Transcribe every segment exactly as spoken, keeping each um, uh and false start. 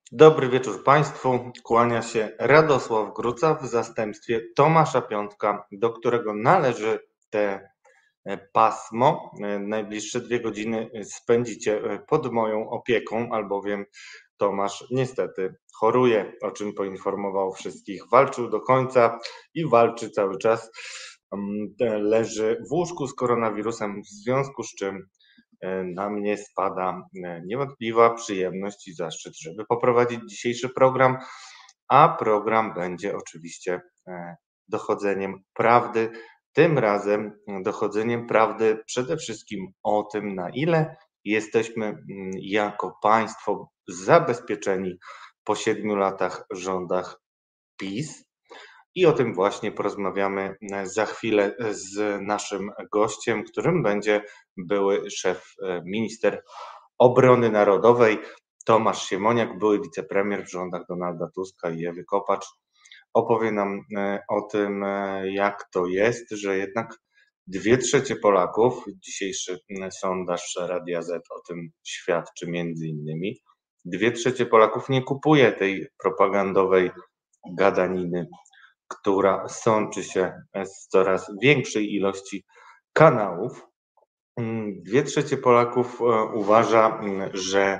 Dobry wieczór Państwu. Kłania się Radosław Gruca w zastępstwie Tomasza Piątka, do którego należy te e, pasmo. E, Najbliższe dwie godziny spędzicie e, pod moją opieką, albowiem Tomasz niestety choruje, o czym poinformował wszystkich. Walczył do końca i walczy cały czas. Mm, e, Leży w łóżku z koronawirusem, w związku z czym e, na mnie spada e, niewątpliwa przyjemność i zaszczyt, żeby poprowadzić dzisiejszy program, a program będzie oczywiście e, dochodzeniem prawdy. Tym razem dochodzeniem prawdy przede wszystkim o tym, na ile jesteśmy mm, jako państwo zabezpieczeni po siedmiu latach rządach PiS. I o tym właśnie porozmawiamy e, za chwilę z naszym gościem, którym będzie były szef e, minister obrony narodowej Tomasz Siemoniak, były wicepremier w rządach Donalda Tuska i Ewy Kopacz. Opowie nam e, o tym, e, jak to jest, że jednak dwie trzecie Polaków, dzisiejszy m, sondaż Radia Z o tym świadczy między innymi, dwie trzecie Polaków nie kupuje tej propagandowej gadaniny, która sączy się z coraz większej ilości kanałów. Mm, Dwie trzecie Polaków e, uważa, mm, że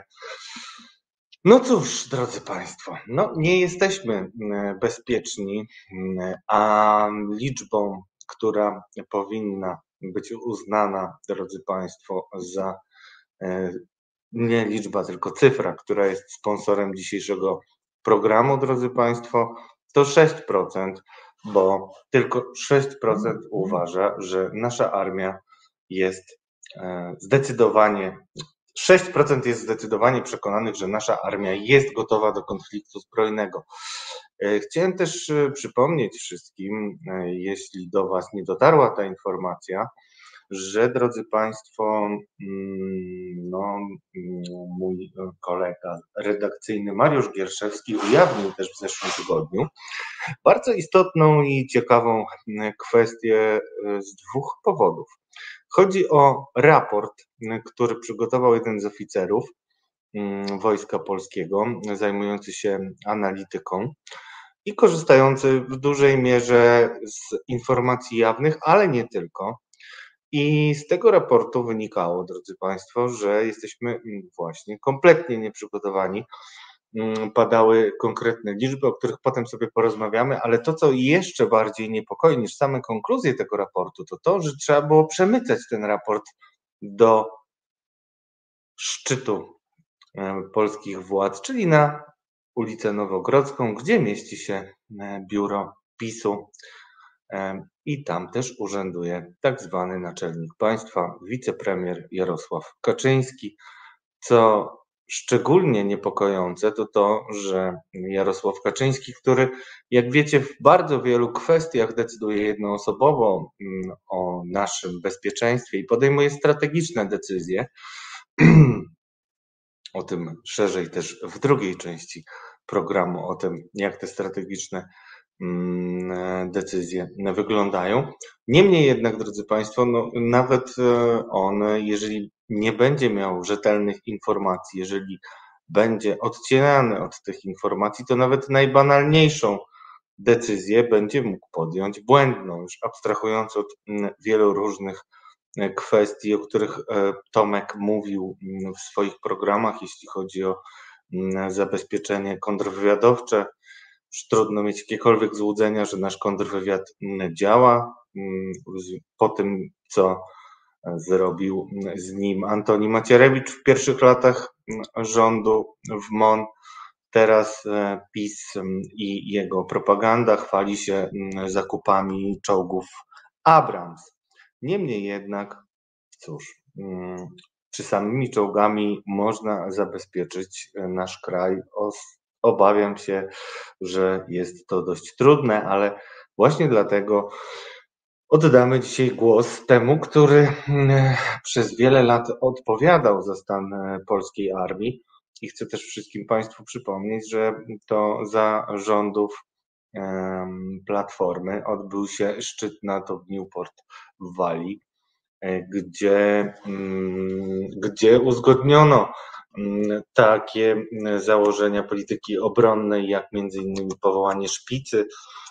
no cóż, drodzy Państwo, no nie jesteśmy mm, bezpieczni, mm, a liczbą, która powinna być uznana, drodzy Państwo, za e, nie liczba, tylko cyfra, która jest sponsorem dzisiejszego programu, drodzy Państwo, to sześć procent, bo tylko sześć procent uważa, że nasza armia jest e, zdecydowanie, sześć procent jest zdecydowanie przekonanych, że nasza armia jest gotowa do konfliktu zbrojnego. E, Chciałem też e, przypomnieć wszystkim, e, jeśli do Was nie dotarła ta informacja, że drodzy Państwo, mm, no, mm, mój kolega redakcyjny Mariusz Gierszewski ujawnił też w zeszłym tygodniu bardzo istotną i ciekawą mm, kwestię y, z dwóch powodów. Chodzi o raport, y, który przygotował jeden z oficerów mm, Wojska Polskiego, zajmujący się analityką i korzystający w dużej mierze z informacji jawnych, ale nie tylko. I z tego raportu wynikało, drodzy Państwo, że jesteśmy mm, właśnie kompletnie nieprzygotowani. Mm, Padały konkretne liczby, o których potem sobie porozmawiamy, ale to, co jeszcze bardziej niepokoi niż same konkluzje tego raportu, to to, że trzeba było przemycać ten raport do szczytu e, polskich władz, czyli na ulicę Nowogrodzką, gdzie mieści się e, biuro PiSu. I tam też urzęduje tak zwany naczelnik państwa, wicepremier Jarosław Kaczyński. Co szczególnie niepokojące, to to, że Jarosław Kaczyński, który, jak wiecie, w bardzo wielu kwestiach decyduje jednoosobowo mm, o naszym bezpieczeństwie i podejmuje strategiczne decyzje, o tym szerzej też w drugiej części programu, o tym, jak te strategiczne mm, decyzje wyglądają. Niemniej jednak, drodzy Państwo, no, nawet e, on, jeżeli nie będzie miał rzetelnych informacji, jeżeli będzie odcinany od tych informacji, to nawet najbanalniejszą decyzję będzie mógł podjąć błędną, już abstrahując od mm, wielu różnych e, kwestii, o których e, Tomek mówił mm, w swoich programach, jeśli chodzi o mm, zabezpieczenie kontrwywiadowcze. Już trudno mieć jakiekolwiek złudzenia, że nasz kontrwywiad mm, działa. Mm, Po tym, co zrobił mm, z nim Antoni Macierewicz w pierwszych latach mm, rządu w M O N, teraz e, PiS mm, i jego propaganda chwali się mm, zakupami czołgów Abrams. Niemniej jednak, cóż, mm, czy samymi czołgami można zabezpieczyć e, nasz kraj? Os- Obawiam się, że jest to dość trudne, ale właśnie dlatego oddamy dzisiaj głos temu, który mm, przez wiele lat odpowiadał za stan e, polskiej armii. I chcę też wszystkim Państwu przypomnieć, że to za rządów em, Platformy odbył się szczyt NATO w Newport w Walii, e, gdzie, mm, gdzie uzgodniono takie założenia polityki obronnej, jak między innymi powołanie szpicy.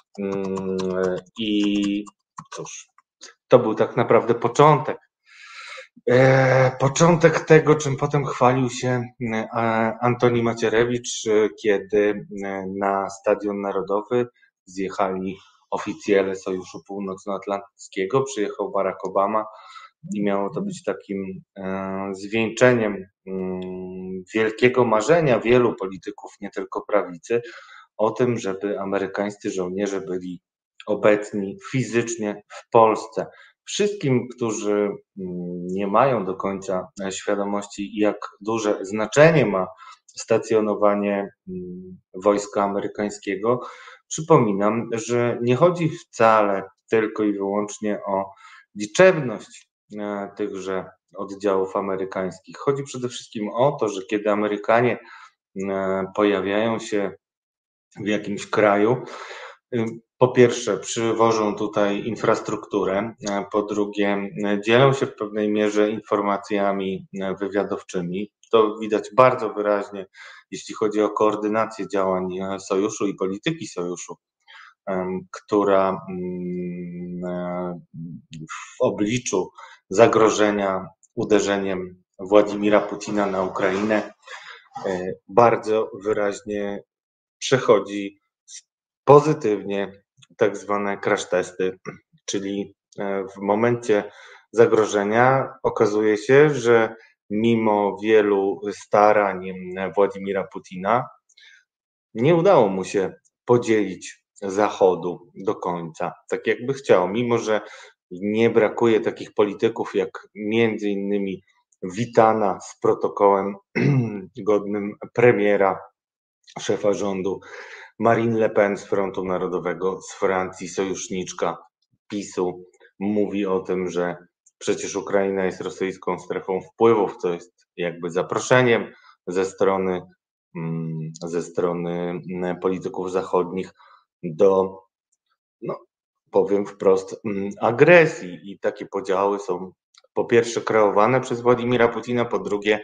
I cóż, to był tak naprawdę początek. Początek tego, czym potem chwalił się Antoni Macierewicz, kiedy na Stadion Narodowy zjechali oficjele Sojuszu Północnoatlantyckiego, przyjechał Barack Obama i miało to być takim zwieńczeniem wielkiego marzenia wielu polityków, nie tylko prawicy, o tym, żeby amerykańscy żołnierze byli obecni fizycznie w Polsce. Wszystkim, którzy nie mają do końca świadomości, jak duże znaczenie ma stacjonowanie wojska amerykańskiego, przypominam, że nie chodzi wcale tylko i wyłącznie o liczebność tychże oddziałów amerykańskich. Chodzi przede wszystkim o to, że kiedy Amerykanie pojawiają się w jakimś kraju, po pierwsze przywożą tutaj infrastrukturę, po drugie dzielą się w pewnej mierze informacjami wywiadowczymi. To widać bardzo wyraźnie, jeśli chodzi o koordynację działań sojuszu i polityki sojuszu, która w obliczu zagrożenia uderzeniem Władimira Putina na Ukrainę bardzo wyraźnie przechodzi pozytywnie tak zwane crash testy, czyli w momencie zagrożenia okazuje się, że mimo wielu starań Władimira Putina nie udało mu się podzielić Zachodu do końca, tak jakby chciał, mimo że nie brakuje takich polityków jak między innymi witana z protokołem godnym premiera, szefa rządu Marine Le Pen z Frontu Narodowego z Francji, sojuszniczka PiSu, mówi o tym, że przecież Ukraina jest rosyjską strefą wpływów, co jest jakby zaproszeniem ze strony, ze strony polityków zachodnich do, no powiem wprost, agresji. I takie podziały są po pierwsze kreowane przez Władimira Putina, po drugie,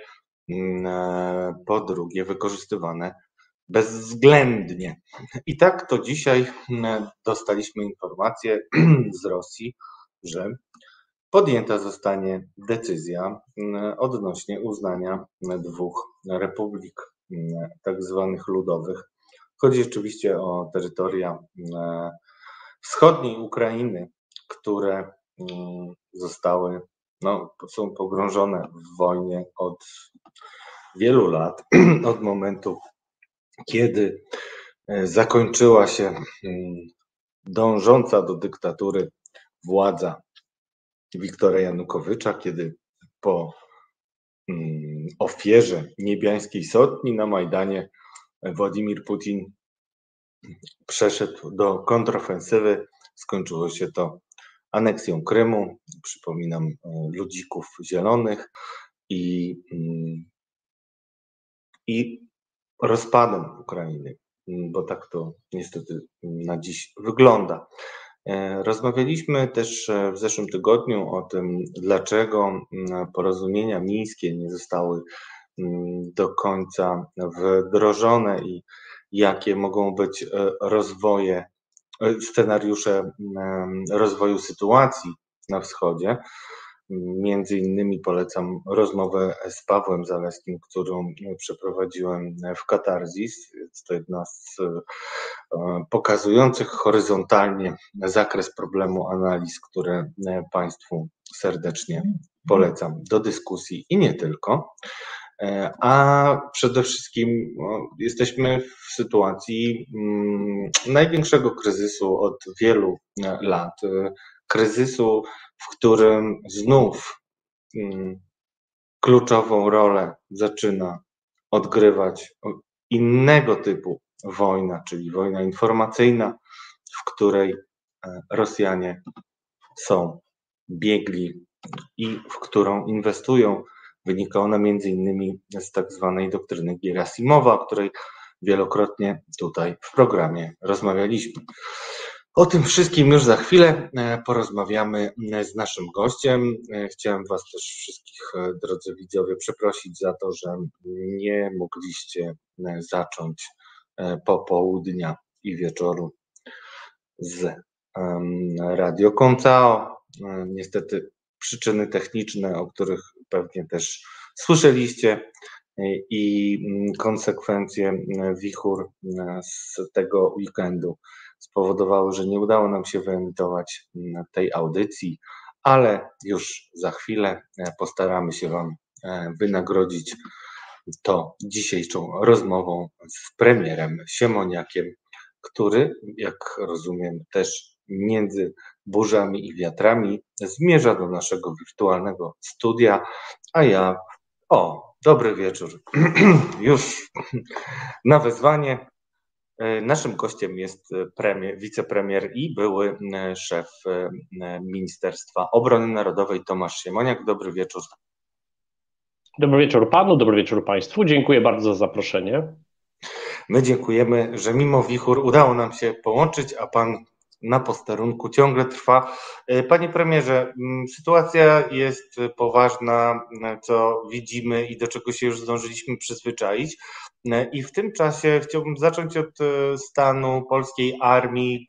po drugie wykorzystywane bezwzględnie. I tak to dzisiaj dostaliśmy informację z Rosji, że podjęta zostanie decyzja odnośnie uznania dwóch republik tak zwanych ludowych. Chodzi oczywiście o terytoria wschodniej Ukrainy, które zostały, no, są pogrążone w wojnie od wielu lat, od momentu, kiedy zakończyła się dążąca do dyktatury władza Wiktora Janukowycza, kiedy po ofierze niebiańskiej sotni na Majdanie Władimir Putin przeszedł do kontrofensywy. Skończyło się to aneksją Krymu, przypominam, ludzików zielonych i, i rozpadem Ukrainy, bo tak to niestety na dziś wygląda. Rozmawialiśmy też w zeszłym tygodniu o tym, dlaczego porozumienia mińskie nie zostały do końca wdrożone i jakie mogą być rozwoje, scenariusze rozwoju sytuacji na wschodzie. Między innymi polecam rozmowę z Pawłem Zaleskim, którą przeprowadziłem w Katarzys. Jest to jedna z pokazujących horyzontalnie zakres problemu analiz, które Państwu serdecznie polecam do dyskusji i nie tylko. A przede wszystkim no, jesteśmy w sytuacji mm, największego kryzysu od wielu lat. Kryzysu, w którym znów mm, kluczową rolę zaczyna odgrywać innego typu wojna, czyli wojna informacyjna, w której Rosjanie są biegli i w którą inwestują. Wynika ona między innymi z tak zwanej doktryny Gierasimowa, o której wielokrotnie tutaj w programie rozmawialiśmy. O tym wszystkim już za chwilę porozmawiamy z naszym gościem. Chciałem Was też wszystkich, drodzy widzowie, przeprosić za to, że nie mogliście zacząć popołudnia i wieczoru z Radio Koncao. Niestety przyczyny techniczne, o których pewnie też słyszeliście, i konsekwencje wichur z tego weekendu spowodowały, że nie udało nam się wyemitować tej audycji, ale już za chwilę postaramy się Wam wynagrodzić to dzisiejszą rozmową z premierem Siemoniakiem, który, jak rozumiem, też między burzami i wiatrami zmierza do naszego wirtualnego studia, a ja, o, dobry wieczór, już na wezwanie. Naszym gościem jest premier, wicepremier i były szef Ministerstwa Obrony Narodowej Tomasz Siemoniak. Dobry wieczór. Dobry wieczór panu, dobry wieczór państwu. Dziękuję bardzo za zaproszenie. My dziękujemy, że mimo wichur udało nam się połączyć, a pan na posterunku ciągle trwa. Panie premierze, sytuacja jest poważna, co widzimy i do czego się już zdążyliśmy przyzwyczaić. I w tym czasie chciałbym zacząć od stanu polskiej armii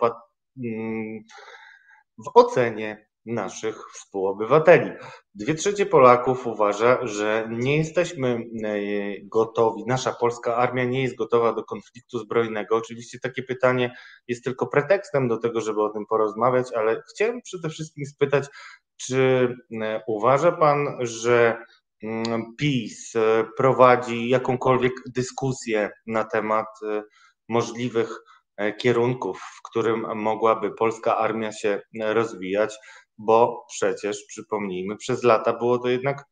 w ocenie naszych współobywateli. Dwie trzecie Polaków uważa, że nie jesteśmy gotowi, nasza polska armia nie jest gotowa do konfliktu zbrojnego. Oczywiście takie pytanie jest tylko pretekstem do tego, żeby o tym porozmawiać, ale chciałem przede wszystkim spytać, czy uważa pan, że PiS prowadzi jakąkolwiek dyskusję na temat możliwych kierunków, w którym mogłaby polska armia się rozwijać, bo przecież, przypomnijmy, przez lata było to jednak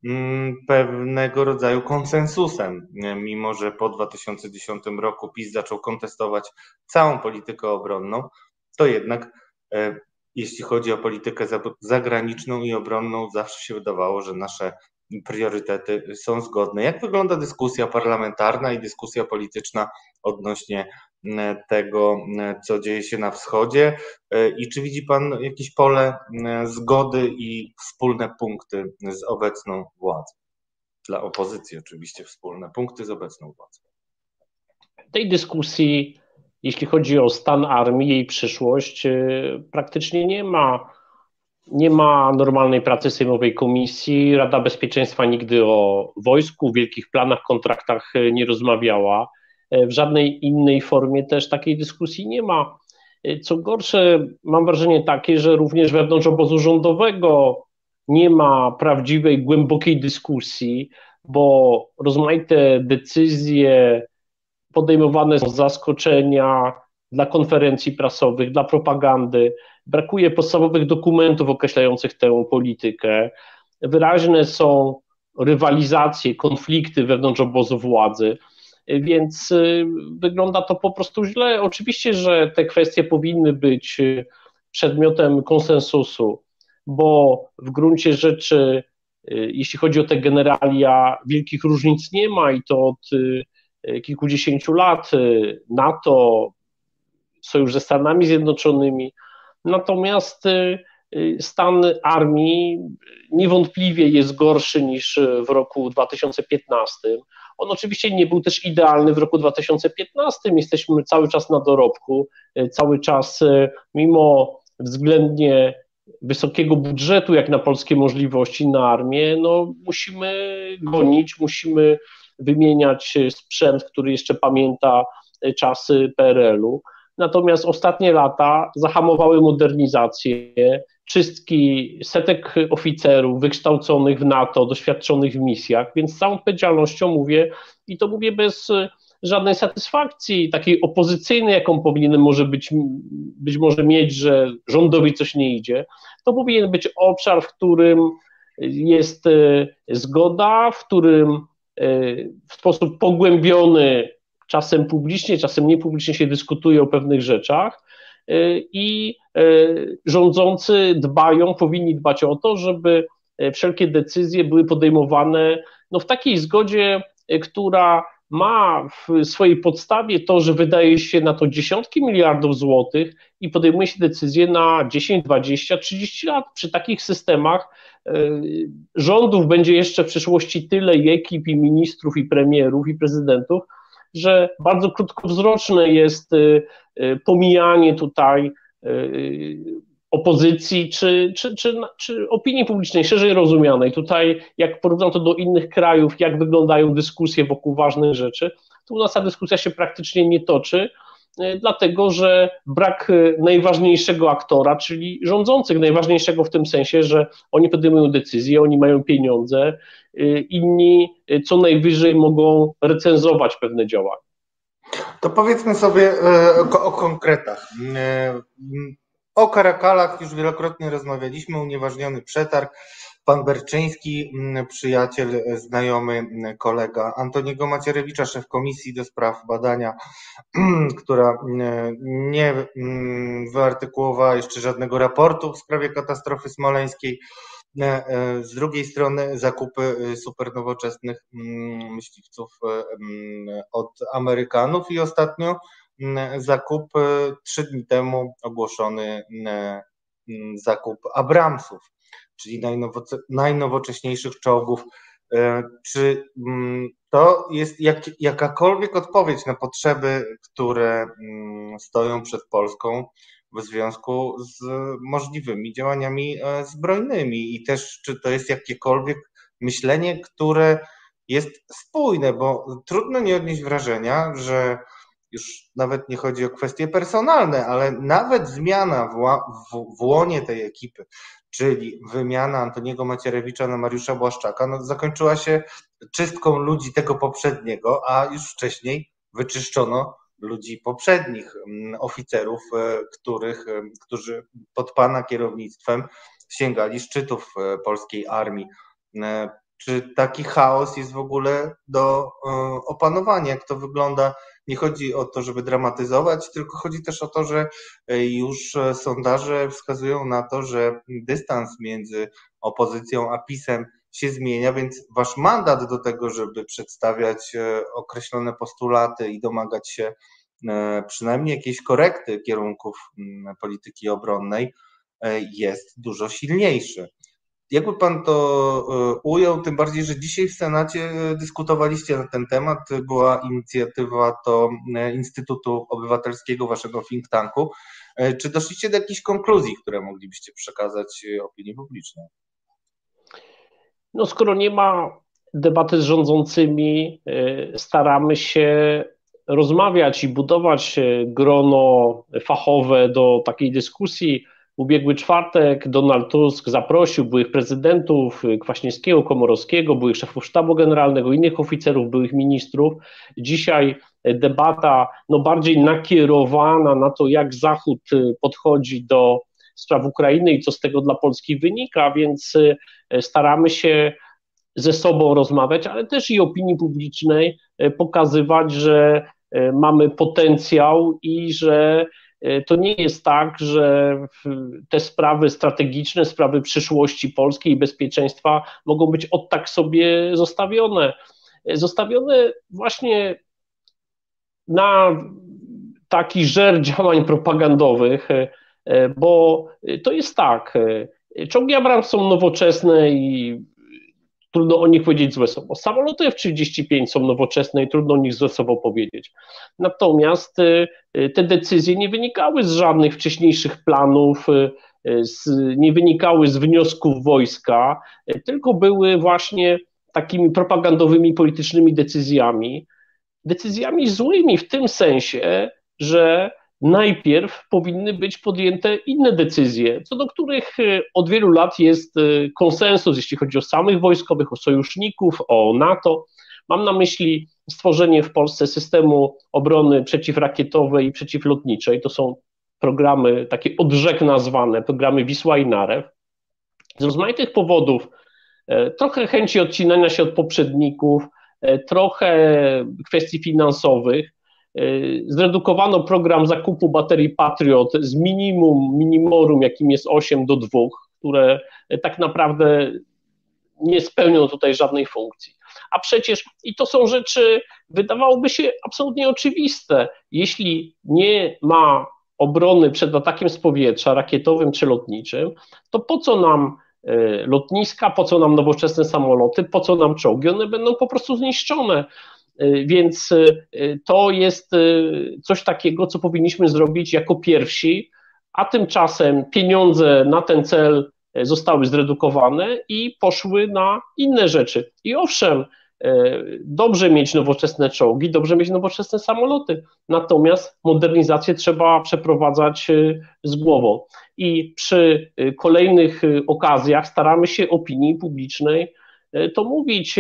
pewnego rodzaju konsensusem, mimo że po dwa tysiące dziesiątym roku PiS zaczął kontestować całą politykę obronną, to jednak jeśli chodzi o politykę zagraniczną i obronną, zawsze się wydawało, że nasze priorytety są zgodne. Jak wygląda dyskusja parlamentarna i dyskusja polityczna odnośnie tego, co dzieje się na wschodzie, i czy widzi pan jakieś pole zgody i wspólne punkty z obecną władzą? Dla opozycji oczywiście wspólne punkty z obecną władzą. W tej dyskusji, jeśli chodzi o stan armii i jej przyszłość, praktycznie nie ma Nie ma normalnej pracy sejmowej komisji. Rada Bezpieczeństwa nigdy o wojsku, wielkich planach, kontraktach nie rozmawiała. W żadnej innej formie też takiej dyskusji nie ma. Co gorsze, mam wrażenie takie, że również wewnątrz obozu rządowego nie ma prawdziwej, głębokiej dyskusji, bo rozmaite decyzje podejmowane są z zaskoczenia, dla konferencji prasowych, dla propagandy. Brakuje podstawowych dokumentów określających tę politykę. Wyraźne są rywalizacje, konflikty wewnątrz obozu władzy, więc wygląda to po prostu źle. Oczywiście, że te kwestie powinny być przedmiotem konsensusu, bo w gruncie rzeczy, jeśli chodzi o te generalia, wielkich różnic nie ma i to od kilkudziesięciu lat. NATO, sojusz ze Stanami Zjednoczonymi, natomiast stan armii niewątpliwie jest gorszy niż w roku dwa tysiące piętnastym. On oczywiście nie był też idealny w roku dwa tysiące piętnastym, jesteśmy cały czas na dorobku, cały czas mimo względnie wysokiego budżetu, jak na polskie możliwości, na armię, no musimy gonić, musimy wymieniać sprzęt, który jeszcze pamięta czasy P R L-u. Natomiast ostatnie lata zahamowały modernizację, czystki setek oficerów wykształconych w NATO, doświadczonych w misjach, więc z całą odpowiedzialnością mówię, i to mówię bez żadnej satysfakcji takiej opozycyjnej, jaką powinien może być, być może mieć, że rządowi coś nie idzie. To powinien być obszar, w którym jest zgoda, w którym w sposób pogłębiony, czasem publicznie, czasem niepublicznie się dyskutuje o pewnych rzeczach i rządzący dbają, powinni dbać o to, żeby wszelkie decyzje były podejmowane no, w takiej zgodzie, która ma w swojej podstawie to, że wydaje się na to dziesiątki miliardów złotych i podejmuje się decyzje na dziesięć, dwadzieścia, trzydzieści lat. Przy takich systemach y, rządów będzie jeszcze w przyszłości tyle i ekip, i ministrów, i premierów, i prezydentów, że bardzo krótkowzroczne jest y, y, pomijanie tutaj y, opozycji czy, czy, czy, czy opinii publicznej szerzej rozumianej. Tutaj jak porównam to do innych krajów, jak wyglądają dyskusje wokół ważnych rzeczy, to u nas ta dyskusja się praktycznie nie toczy, dlatego że brak najważniejszego aktora, czyli rządzących, najważniejszego w tym sensie, że oni podejmują decyzje, oni mają pieniądze, inni co najwyżej mogą recenzować pewne działania. To powiedzmy sobie o konkretach. O Karakalach już wielokrotnie rozmawialiśmy, unieważniony przetarg. Pan Berczyński, przyjaciel, znajomy, kolega Antoniego Macierewicza, szef komisji do spraw badania, która nie wyartykułowała jeszcze żadnego raportu w sprawie katastrofy smoleńskiej. Z drugiej strony zakupy supernowoczesnych myśliwców od Amerykanów i ostatnio zakup trzy dni temu ogłoszony zakup Abramsów, czyli najnowocześniejszych czołgów. Czy to jest jak, jakakolwiek odpowiedź na potrzeby, które stoją przed Polską w związku z możliwymi działaniami zbrojnymi i też czy to jest jakiekolwiek myślenie, które jest spójne, bo trudno nie odnieść wrażenia, że już nawet nie chodzi o kwestie personalne, ale nawet zmiana w, w, w łonie tej ekipy, czyli wymiana Antoniego Macierewicza na Mariusza Błaszczaka, no, zakończyła się czystką ludzi tego poprzedniego, a już wcześniej wyczyszczono ludzi poprzednich, oficerów, których, którzy pod pana kierownictwem sięgali szczytów polskiej armii. Czy taki chaos jest w ogóle do opanowania? Jak to wygląda? Nie chodzi o to, żeby dramatyzować, tylko chodzi też o to, że już sondaże wskazują na to, że dystans między opozycją a PiS-em się zmienia, więc wasz mandat do tego, żeby przedstawiać określone postulaty i domagać się przynajmniej jakiejś korekty kierunków polityki obronnej jest dużo silniejszy. Jakby pan to ujął, tym bardziej, że dzisiaj w Senacie dyskutowaliście na ten temat, była inicjatywa to Instytutu Obywatelskiego, waszego think tanku. Czy doszliście do jakichś konkluzji, które moglibyście przekazać opinii publicznej? No skoro nie ma debaty z rządzącymi, staramy się rozmawiać i budować grono fachowe do takiej dyskusji. W ubiegły czwartek Donald Tusk zaprosił byłych prezydentów Kwaśniewskiego, Komorowskiego, byłych szefów sztabu generalnego, innych oficerów, byłych ministrów. Dzisiaj debata no, bardziej nakierowana na to, jak Zachód podchodzi do spraw Ukrainy i co z tego dla Polski wynika, więc staramy się ze sobą rozmawiać, ale też i opinii publicznej pokazywać, że mamy potencjał i że to nie jest tak, że te sprawy strategiczne, sprawy przyszłości Polski i bezpieczeństwa mogą być od tak sobie zostawione. Zostawione właśnie na taki żer działań propagandowych, bo to jest tak, czołgi Abrams są nowoczesne i trudno o nich powiedzieć złe słowo. Samoloty F trzydzieści pięć są nowoczesne i trudno o nich złe słowo powiedzieć. Natomiast te decyzje nie wynikały z żadnych wcześniejszych planów, z, nie wynikały z wniosków wojska, tylko były właśnie takimi propagandowymi, politycznymi decyzjami. Decyzjami złymi w tym sensie, że najpierw powinny być podjęte inne decyzje, co do których od wielu lat jest konsensus, jeśli chodzi o samych wojskowych, o sojuszników, o NATO. Mam na myśli stworzenie w Polsce systemu obrony przeciwrakietowej i przeciwlotniczej. To są programy takie od rzek nazwane, programy Wisła i Narew. Z rozmaitych powodów, trochę chęci odcinania się od poprzedników, trochę kwestii finansowych, zredukowano program zakupu baterii Patriot z minimum, minimorum, jakim jest osiem do dwóch, które tak naprawdę nie spełnią tutaj żadnej funkcji. A przecież, i to są rzeczy, wydawałoby się absolutnie oczywiste, jeśli nie ma obrony przed atakiem z powietrza, rakietowym czy lotniczym, to po co nam lotniska, po co nam nowoczesne samoloty, po co nam czołgi, one będą po prostu zniszczone. Więc to jest coś takiego, co powinniśmy zrobić jako pierwsi, a tymczasem pieniądze na ten cel zostały zredukowane i poszły na inne rzeczy. I owszem, dobrze mieć nowoczesne czołgi, dobrze mieć nowoczesne samoloty, natomiast modernizację trzeba przeprowadzać z głową. I przy kolejnych okazjach staramy się opinii publicznej to mówić.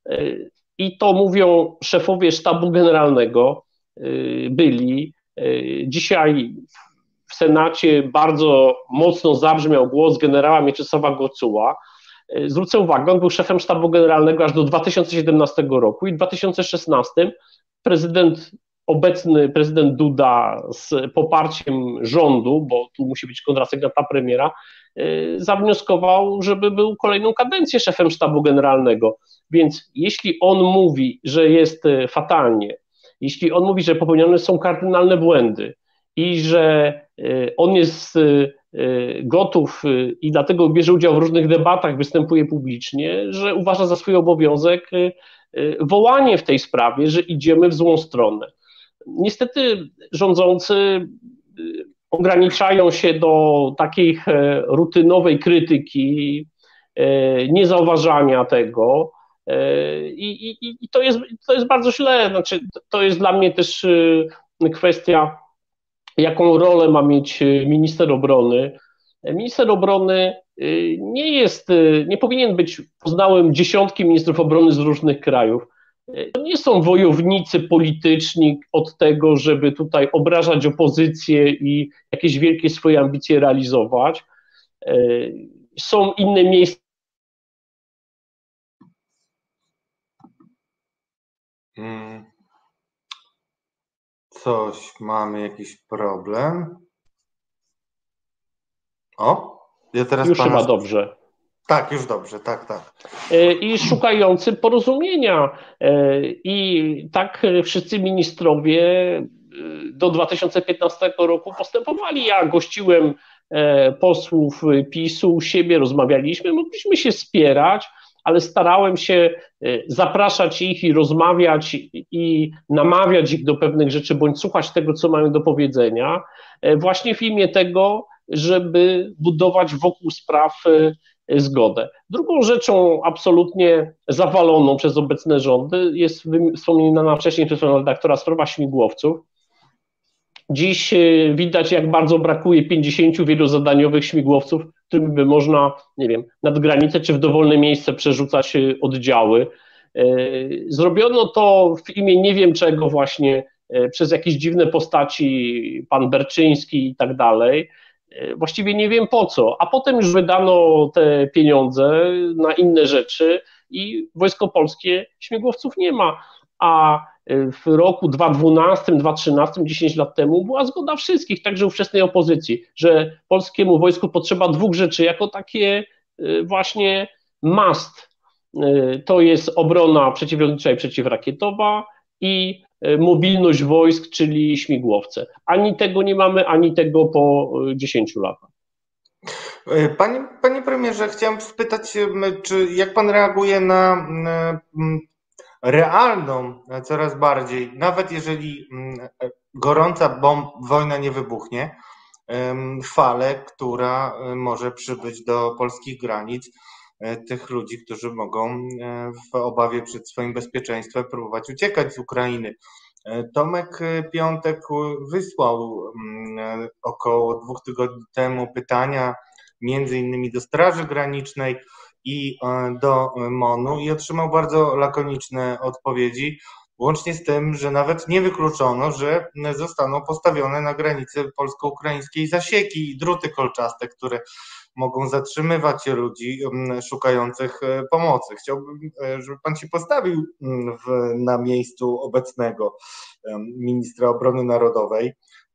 I to mówią szefowie sztabu generalnego, byli. Dzisiaj w Senacie bardzo mocno zabrzmiał głos generała Mieczysława Gocuła. Zwrócę uwagę, on był szefem sztabu generalnego aż do dwa tysiące siedemnastego roku i w dwa tysiące szesnastym prezydent, obecny prezydent Duda z poparciem rządu, bo tu musi być kontrasygnata premiera, zawnioskował, żeby był kolejną kadencję szefem sztabu generalnego. Więc jeśli on mówi, że jest fatalnie, jeśli on mówi, że popełnione są kardynalne błędy i że on jest gotów i dlatego bierze udział w różnych debatach, występuje publicznie, że uważa za swój obowiązek wołanie w tej sprawie, że idziemy w złą stronę. Niestety rządzący ograniczają się do takiej rutynowej krytyki, niezauważania tego i, i, i to, jest, to jest bardzo źle. Znaczy, to jest dla mnie też kwestia, jaką rolę ma mieć minister obrony. Minister obrony nie jest, nie powinien być poznałem dziesiątki ministrów obrony z różnych krajów. To nie są wojownicy polityczni od tego, żeby tutaj obrażać opozycję i jakieś wielkie swoje ambicje realizować. Są inne miejsca. Hmm. Coś, mamy jakiś problem. O, ja teraz Już pana... chyba dobrze. Tak, już dobrze, tak, tak. I szukający porozumienia. I tak wszyscy ministrowie do dwa tysiące piętnastego roku postępowali. Ja gościłem posłów PiSu u siebie, rozmawialiśmy, mogliśmy się wspierać, ale starałem się zapraszać ich i rozmawiać i namawiać ich do pewnych rzeczy, bądź słuchać tego, co mają do powiedzenia, właśnie w imię tego, żeby budować wokół spraw zgodę. Drugą rzeczą absolutnie zawaloną przez obecne rządy jest wspomniana wcześniej przez pana redaktora sprawa śmigłowców. Dziś widać, jak bardzo brakuje pięćdziesięciu wielozadaniowych śmigłowców, którymi by można, nie wiem, nad granicę czy w dowolne miejsce przerzucać oddziały. Zrobiono to w imię nie wiem czego właśnie, przez jakieś dziwne postaci, pan Berczyński i tak dalej. Właściwie nie wiem po co, a potem już wydano te pieniądze na inne rzeczy i Wojsko Polskie śmigłowców nie ma, a w roku dwa tysiące dwunastym, dwa tysiące trzynastym, dziesięć lat temu była zgoda wszystkich, także ówczesnej opozycji, że polskiemu wojsku potrzeba dwóch rzeczy jako takie właśnie must. To jest obrona przeciwlotnicza i przeciwrakietowa i mobilność wojsk, czyli śmigłowce. Ani tego nie mamy, ani tego po dziesięciu latach. Panie, panie premierze, chciałem spytać, czy jak pan reaguje na realną coraz bardziej, nawet jeżeli gorąca bomb, wojna nie wybuchnie, falę, która może przybyć do polskich granic, tych ludzi, którzy mogą w obawie przed swoim bezpieczeństwem próbować uciekać z Ukrainy. Tomek Piątek wysłał około dwóch tygodni temu pytania między innymi do Straży Granicznej i do MON-u i otrzymał bardzo lakoniczne odpowiedzi, łącznie z tym, że nawet nie wykluczono, że zostaną postawione na granicy polsko-ukraińskiej zasieki i druty kolczaste, które mogą zatrzymywać ludzi szukających pomocy. Chciałbym, żeby pan się postawił w, na miejscu obecnego ministra obrony narodowej.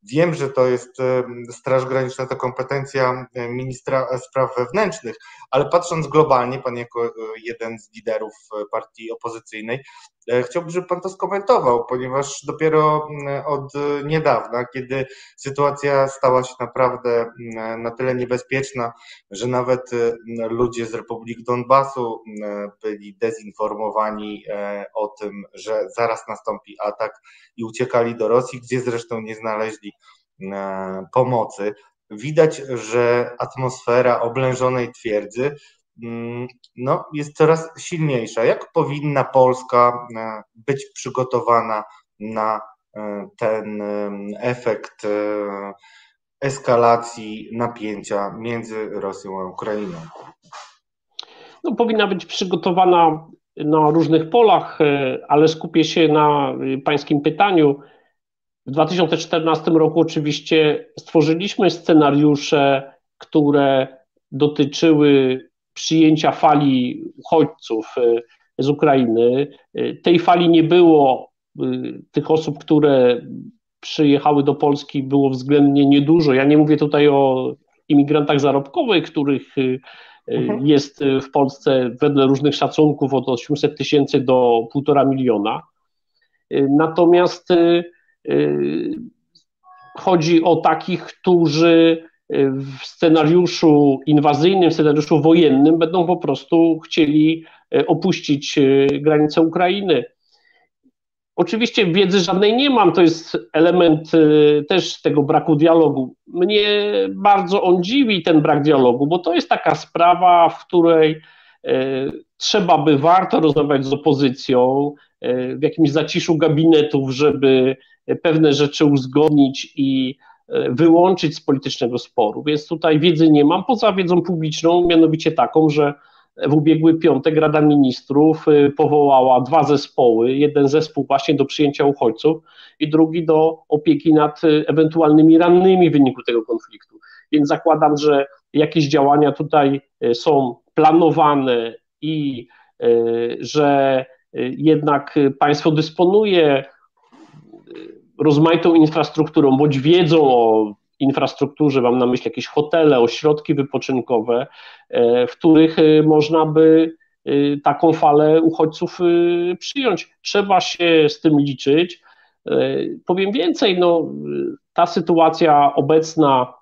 Wiem, że to jest Straż Graniczna, to kompetencja ministra spraw wewnętrznych, ale patrząc globalnie, pan jako jeden z liderów partii opozycyjnej, chciałbym, żeby pan to skomentował, ponieważ dopiero od niedawna, kiedy sytuacja stała się naprawdę na tyle niebezpieczna, że nawet ludzie z Republik Donbasu byli dezinformowani o tym, że zaraz nastąpi atak i uciekali do Rosji, gdzie zresztą nie znaleźli pomocy. Widać, że atmosfera oblężonej twierdzy no, jest coraz silniejsza. Jak powinna Polska być przygotowana na ten efekt eskalacji napięcia między Rosją a Ukrainą? No, powinna być przygotowana na różnych polach, ale skupię się na pańskim pytaniu. W dwa tysiące czternastym roku oczywiście stworzyliśmy scenariusze, które dotyczyły przyjęcia fali uchodźców z Ukrainy. Tej fali nie było. Tych osób, które przyjechały do Polski, było względnie niedużo. Ja nie mówię tutaj o imigrantach zarobkowych, których mhm. jest w Polsce wedle różnych szacunków od osiemset tysięcy do półtora miliona. Natomiast chodzi o takich, którzy w scenariuszu inwazyjnym, w scenariuszu wojennym będą po prostu chcieli opuścić granicę Ukrainy. Oczywiście wiedzy żadnej nie mam, to jest element też tego braku dialogu. Mnie bardzo on dziwi, ten brak dialogu, bo to jest taka sprawa, w której trzeba by, warto rozmawiać z opozycją w jakimś zaciszu gabinetów, żeby pewne rzeczy uzgodnić i wyłączyć z politycznego sporu. Więc tutaj wiedzy nie mam, poza wiedzą publiczną, mianowicie taką, że w ubiegły piątek Rada Ministrów powołała dwa zespoły. Jeden zespół właśnie do przyjęcia uchodźców i drugi do opieki nad ewentualnymi rannymi w wyniku tego konfliktu. Więc zakładam, że jakieś działania tutaj są planowane i że jednak państwo dysponuje rozmaitą infrastrukturą, bądź wiedzą o infrastrukturze, mam na myśli jakieś hotele, ośrodki wypoczynkowe, w których można by taką falę uchodźców przyjąć. Trzeba się z tym liczyć. Powiem więcej, no, ta sytuacja obecna,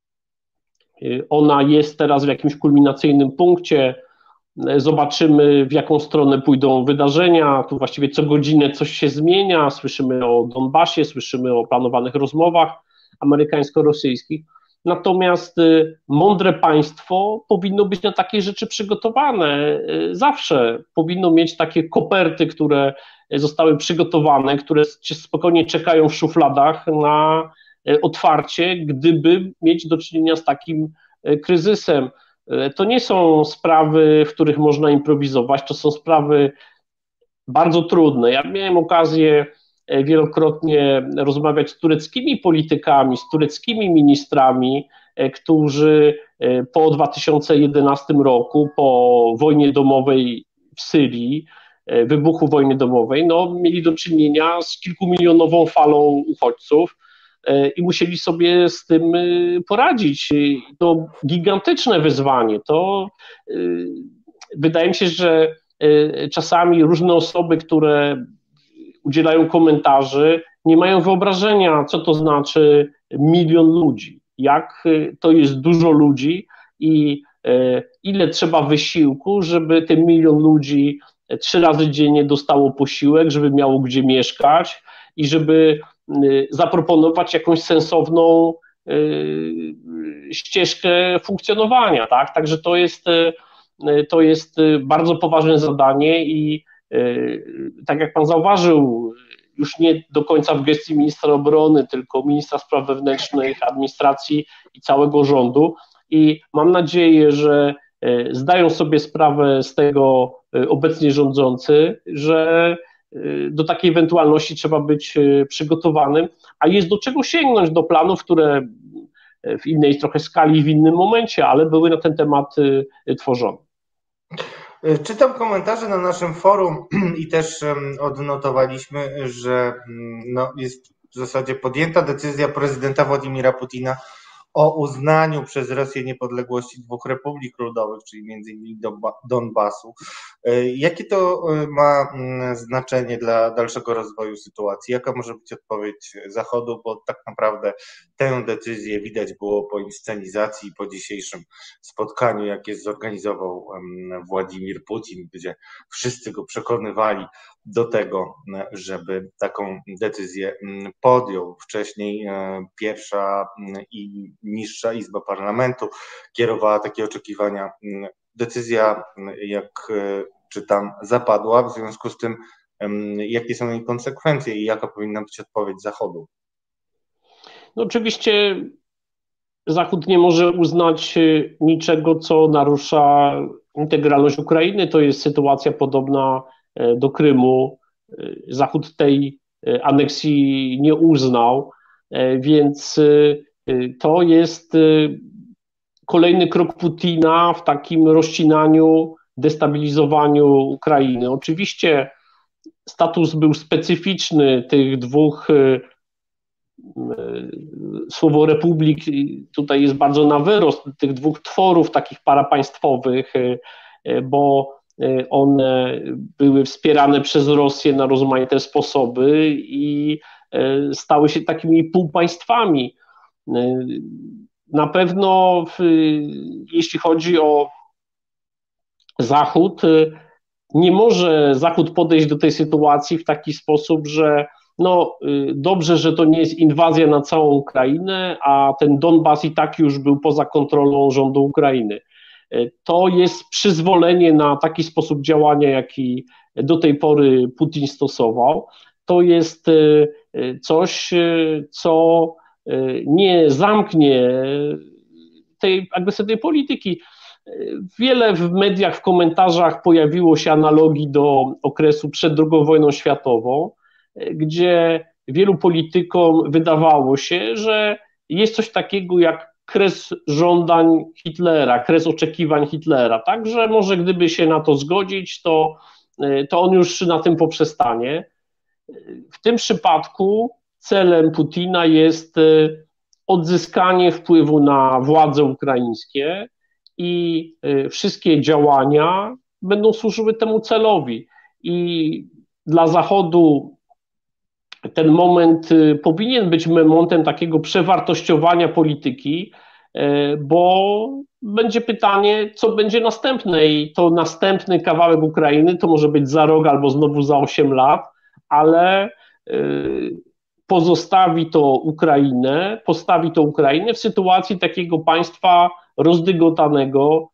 ona jest teraz w jakimś kulminacyjnym punkcie. Zobaczymy, w jaką stronę pójdą wydarzenia. Tu właściwie co godzinę coś się zmienia. Słyszymy o Donbasie, słyszymy o planowanych rozmowach amerykańsko-rosyjskich. Natomiast mądre państwo powinno być na takie rzeczy przygotowane. Zawsze powinno mieć takie koperty, które zostały przygotowane, które spokojnie czekają w szufladach na otwarcie, gdyby mieć do czynienia z takim kryzysem. To nie są sprawy, w których można improwizować, to są sprawy bardzo trudne. Ja miałem okazję wielokrotnie rozmawiać z tureckimi politykami, z tureckimi ministrami, którzy po dwa tysiące jedenastym roku, po wojnie domowej w Syrii, wybuchu wojny domowej, no, mieli do czynienia z kilkumilionową falą uchodźców i musieli sobie z tym poradzić. To gigantyczne wyzwanie. To wydaje mi się, że czasami różne osoby, które udzielają komentarzy, nie mają wyobrażenia, co to znaczy milion ludzi, jak to jest dużo ludzi i ile trzeba wysiłku, żeby ten milion ludzi trzy razy dziennie dostało posiłek, żeby miało gdzie mieszkać i żeby zaproponować jakąś sensowną ścieżkę funkcjonowania, tak? Także to jest, to jest bardzo poważne zadanie i tak jak pan zauważył, już nie do końca w gestii ministra obrony, tylko ministra spraw wewnętrznych, administracji i całego rządu i mam nadzieję, że zdają sobie sprawę z tego obecnie rządzący, że do takiej ewentualności trzeba być przygotowanym, a jest do czego sięgnąć, do planów, które w innej trochę skali, w innym momencie, ale były na ten temat tworzone. Czytam komentarze na naszym forum i też odnotowaliśmy, że no jest w zasadzie podjęta decyzja prezydenta Władimira Putina o uznaniu przez Rosję niepodległości dwóch republik ludowych, czyli między innymi Donbasu. Jakie to ma znaczenie dla dalszego rozwoju sytuacji? Jaka może być odpowiedź Zachodu? Bo tak naprawdę tę decyzję widać było po inscenizacji i po dzisiejszym spotkaniu, jakie zorganizował Władimir Putin, gdzie wszyscy go przekonywali do tego, żeby taką decyzję podjął. Wcześniej pierwsza i niższa Izba Parlamentu kierowała takie oczekiwania. Decyzja, jak czytam, zapadła. W związku z tym, jakie są jej konsekwencje i jaka powinna być odpowiedź Zachodu? No oczywiście Zachód nie może uznać niczego, co narusza integralność Ukrainy. To jest sytuacja podobna do Krymu. Zachód tej aneksji nie uznał, więc to jest kolejny krok Putina w takim rozcinaniu, destabilizowaniu Ukrainy. Oczywiście status był specyficzny tych dwóch, słowo republik tutaj jest bardzo na wyrost, tych dwóch tworów takich parapaństwowych, bo one były wspierane przez Rosję na rozmaite sposoby i stały się takimi półpaństwami. Na pewno jeśli chodzi o Zachód, nie może Zachód podejść do tej sytuacji w taki sposób, że no dobrze, że to nie jest inwazja na całą Ukrainę, a ten Donbas i tak już był poza kontrolą rządu Ukrainy. To jest przyzwolenie na taki sposób działania, jaki do tej pory Putin stosował. To jest coś, co nie zamknie tej agresywnej polityki. Wiele w mediach, w komentarzach pojawiło się analogii do okresu przed drugą wojną światową, gdzie wielu politykom wydawało się, że jest coś takiego jak kres żądań Hitlera, kres oczekiwań Hitlera, także może gdyby się na to zgodzić, to, to on już na tym poprzestanie. W tym przypadku celem Putina jest odzyskanie wpływu na władze ukraińskie i wszystkie działania będą służyły temu celowi. I dla Zachodu ten moment powinien być momentem takiego przewartościowania polityki, bo będzie pytanie, co będzie następne i to następny kawałek Ukrainy to może być za rok albo znowu za osiem lat, ale pozostawi to Ukrainę, postawi to Ukrainę w sytuacji takiego państwa rozdygotanego,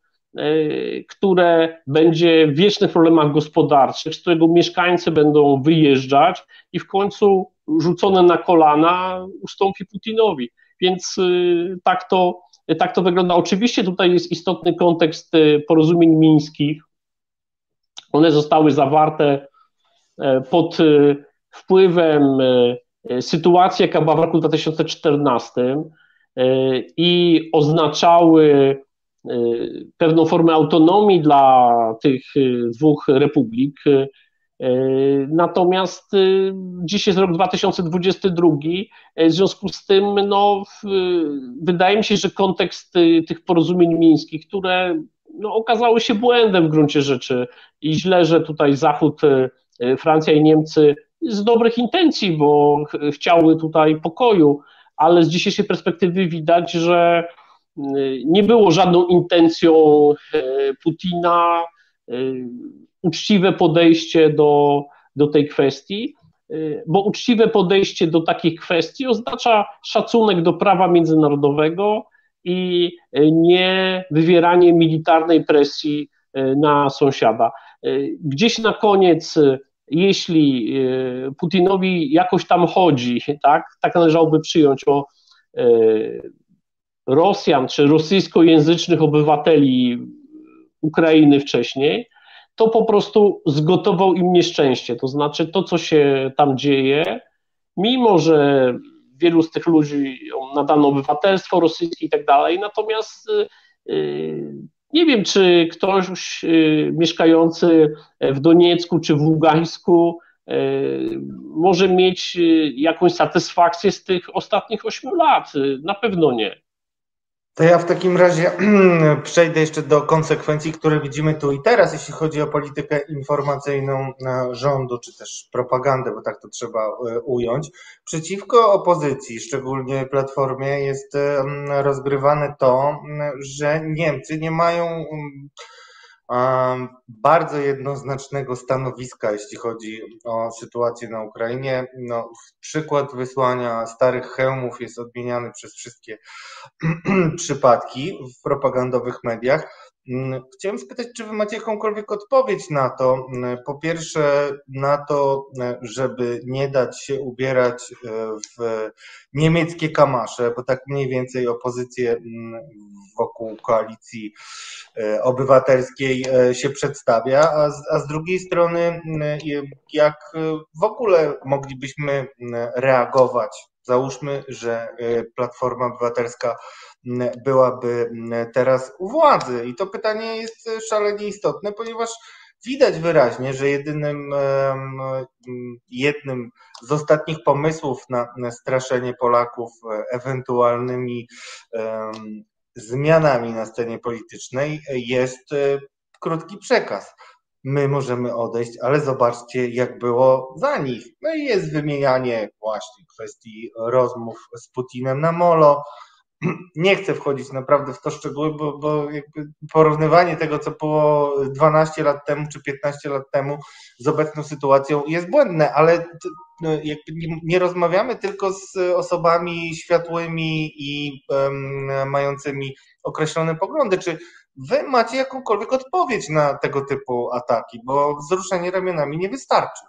które będzie w wiecznych problemach gospodarczych, z którego mieszkańcy będą wyjeżdżać i w końcu rzucone na kolana ustąpi Putinowi. Więc tak to, tak to wygląda. Oczywiście tutaj jest istotny kontekst porozumień mińskich. One zostały zawarte pod wpływem sytuacji, jaka była w roku dwa tysiące czternastym i oznaczały pewną formę autonomii dla tych dwóch republik. Natomiast dziś jest rok dwa tysiące dwudziesty drugi, w związku z tym no, wydaje mi się, że kontekst tych porozumień mińskich, które no, okazały się błędem w gruncie rzeczy i źle, że tutaj Zachód, Francja i Niemcy z dobrych intencji, bo chciały tutaj pokoju, ale z dzisiejszej perspektywy widać, że nie było żadną intencją Putina uczciwe podejście do, do tej kwestii, bo uczciwe podejście do takich kwestii oznacza szacunek do prawa międzynarodowego i nie wywieranie militarnej presji na sąsiada. Gdzieś na koniec, jeśli Putinowi jakoś tam chodzi, tak, tak należałoby przyjąć o Rosjan czy rosyjskojęzycznych obywateli Ukrainy wcześniej, to po prostu zgotował im nieszczęście. To znaczy to, co się tam dzieje, mimo że wielu z tych ludzi nadano obywatelstwo rosyjskie i tak dalej, natomiast nie wiem, czy ktoś mieszkający w Doniecku czy w Ługańsku może mieć jakąś satysfakcję z tych ostatnich ośmiu lat. Na pewno nie. To ja w takim razie przejdę jeszcze do konsekwencji, które widzimy tu i teraz, jeśli chodzi o politykę informacyjną rządu, czy też propagandę, bo tak to trzeba ująć. Przeciwko opozycji, szczególnie Platformie, jest rozgrywane to, że Niemcy nie mają bardzo jednoznacznego stanowiska, jeśli chodzi o sytuację na Ukrainie. No, przykład wysłania starych hełmów jest odmieniany przez wszystkie przypadki w propagandowych mediach. Chciałem spytać, czy wy macie jakąkolwiek odpowiedź na to? Po pierwsze, na to, żeby nie dać się ubierać w niemieckie kamasze, bo tak mniej więcej opozycję wokół koalicji obywatelskiej się przedstawia, a z, a z drugiej strony, jak w ogóle moglibyśmy reagować? Załóżmy, że Platforma Obywatelska byłaby teraz u władzy. I to pytanie jest szalenie istotne, ponieważ widać wyraźnie, że jedynym, jednym z ostatnich pomysłów na, na straszenie Polaków ewentualnymi um, zmianami na scenie politycznej jest krótki przekaz. My możemy odejść, ale zobaczcie, jak było za nich. No i jest wymienianie właśnie kwestii rozmów z Putinem na molo. Nie chcę wchodzić naprawdę w to szczegóły, bo, bo jakby porównywanie tego, co było dwanaście lat temu czy piętnaście lat temu z obecną sytuacją jest błędne, ale jakby nie, nie rozmawiamy tylko z osobami światłymi i um, mającymi określone poglądy. Czy wy macie jakąkolwiek odpowiedź na tego typu ataki, bo wzruszenie ramionami nie wystarczy?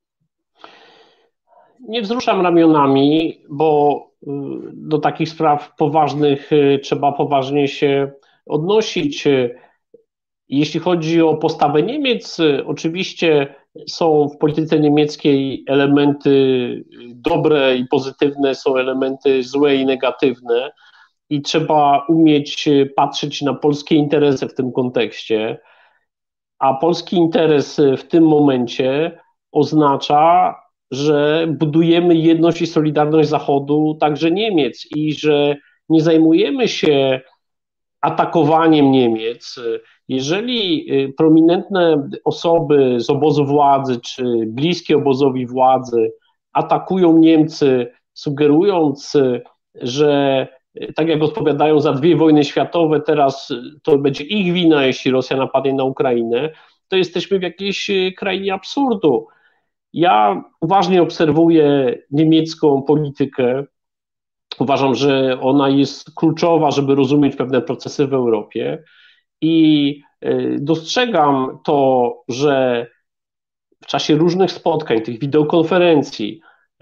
Nie wzruszam ramionami, bo do takich spraw poważnych trzeba poważnie się odnosić. Jeśli chodzi o postawę Niemiec, oczywiście są w polityce niemieckiej elementy dobre i pozytywne, są elementy złe i negatywne i trzeba umieć patrzeć na polskie interesy w tym kontekście, a polski interes w tym momencie oznacza, że budujemy jedność i solidarność Zachodu, także Niemiec, i że nie zajmujemy się atakowaniem Niemiec. Jeżeli prominentne osoby z obozu władzy czy bliskie obozowi władzy atakują Niemcy, sugerując, że tak jak odpowiadają za dwie wojny światowe, teraz to będzie ich wina, jeśli Rosja napadnie na Ukrainę, to jesteśmy w jakiejś krainie absurdu. Ja uważnie obserwuję niemiecką politykę. Uważam, że ona jest kluczowa, żeby rozumieć pewne procesy w Europie i dostrzegam to, że w czasie różnych spotkań, tych wideokonferencji,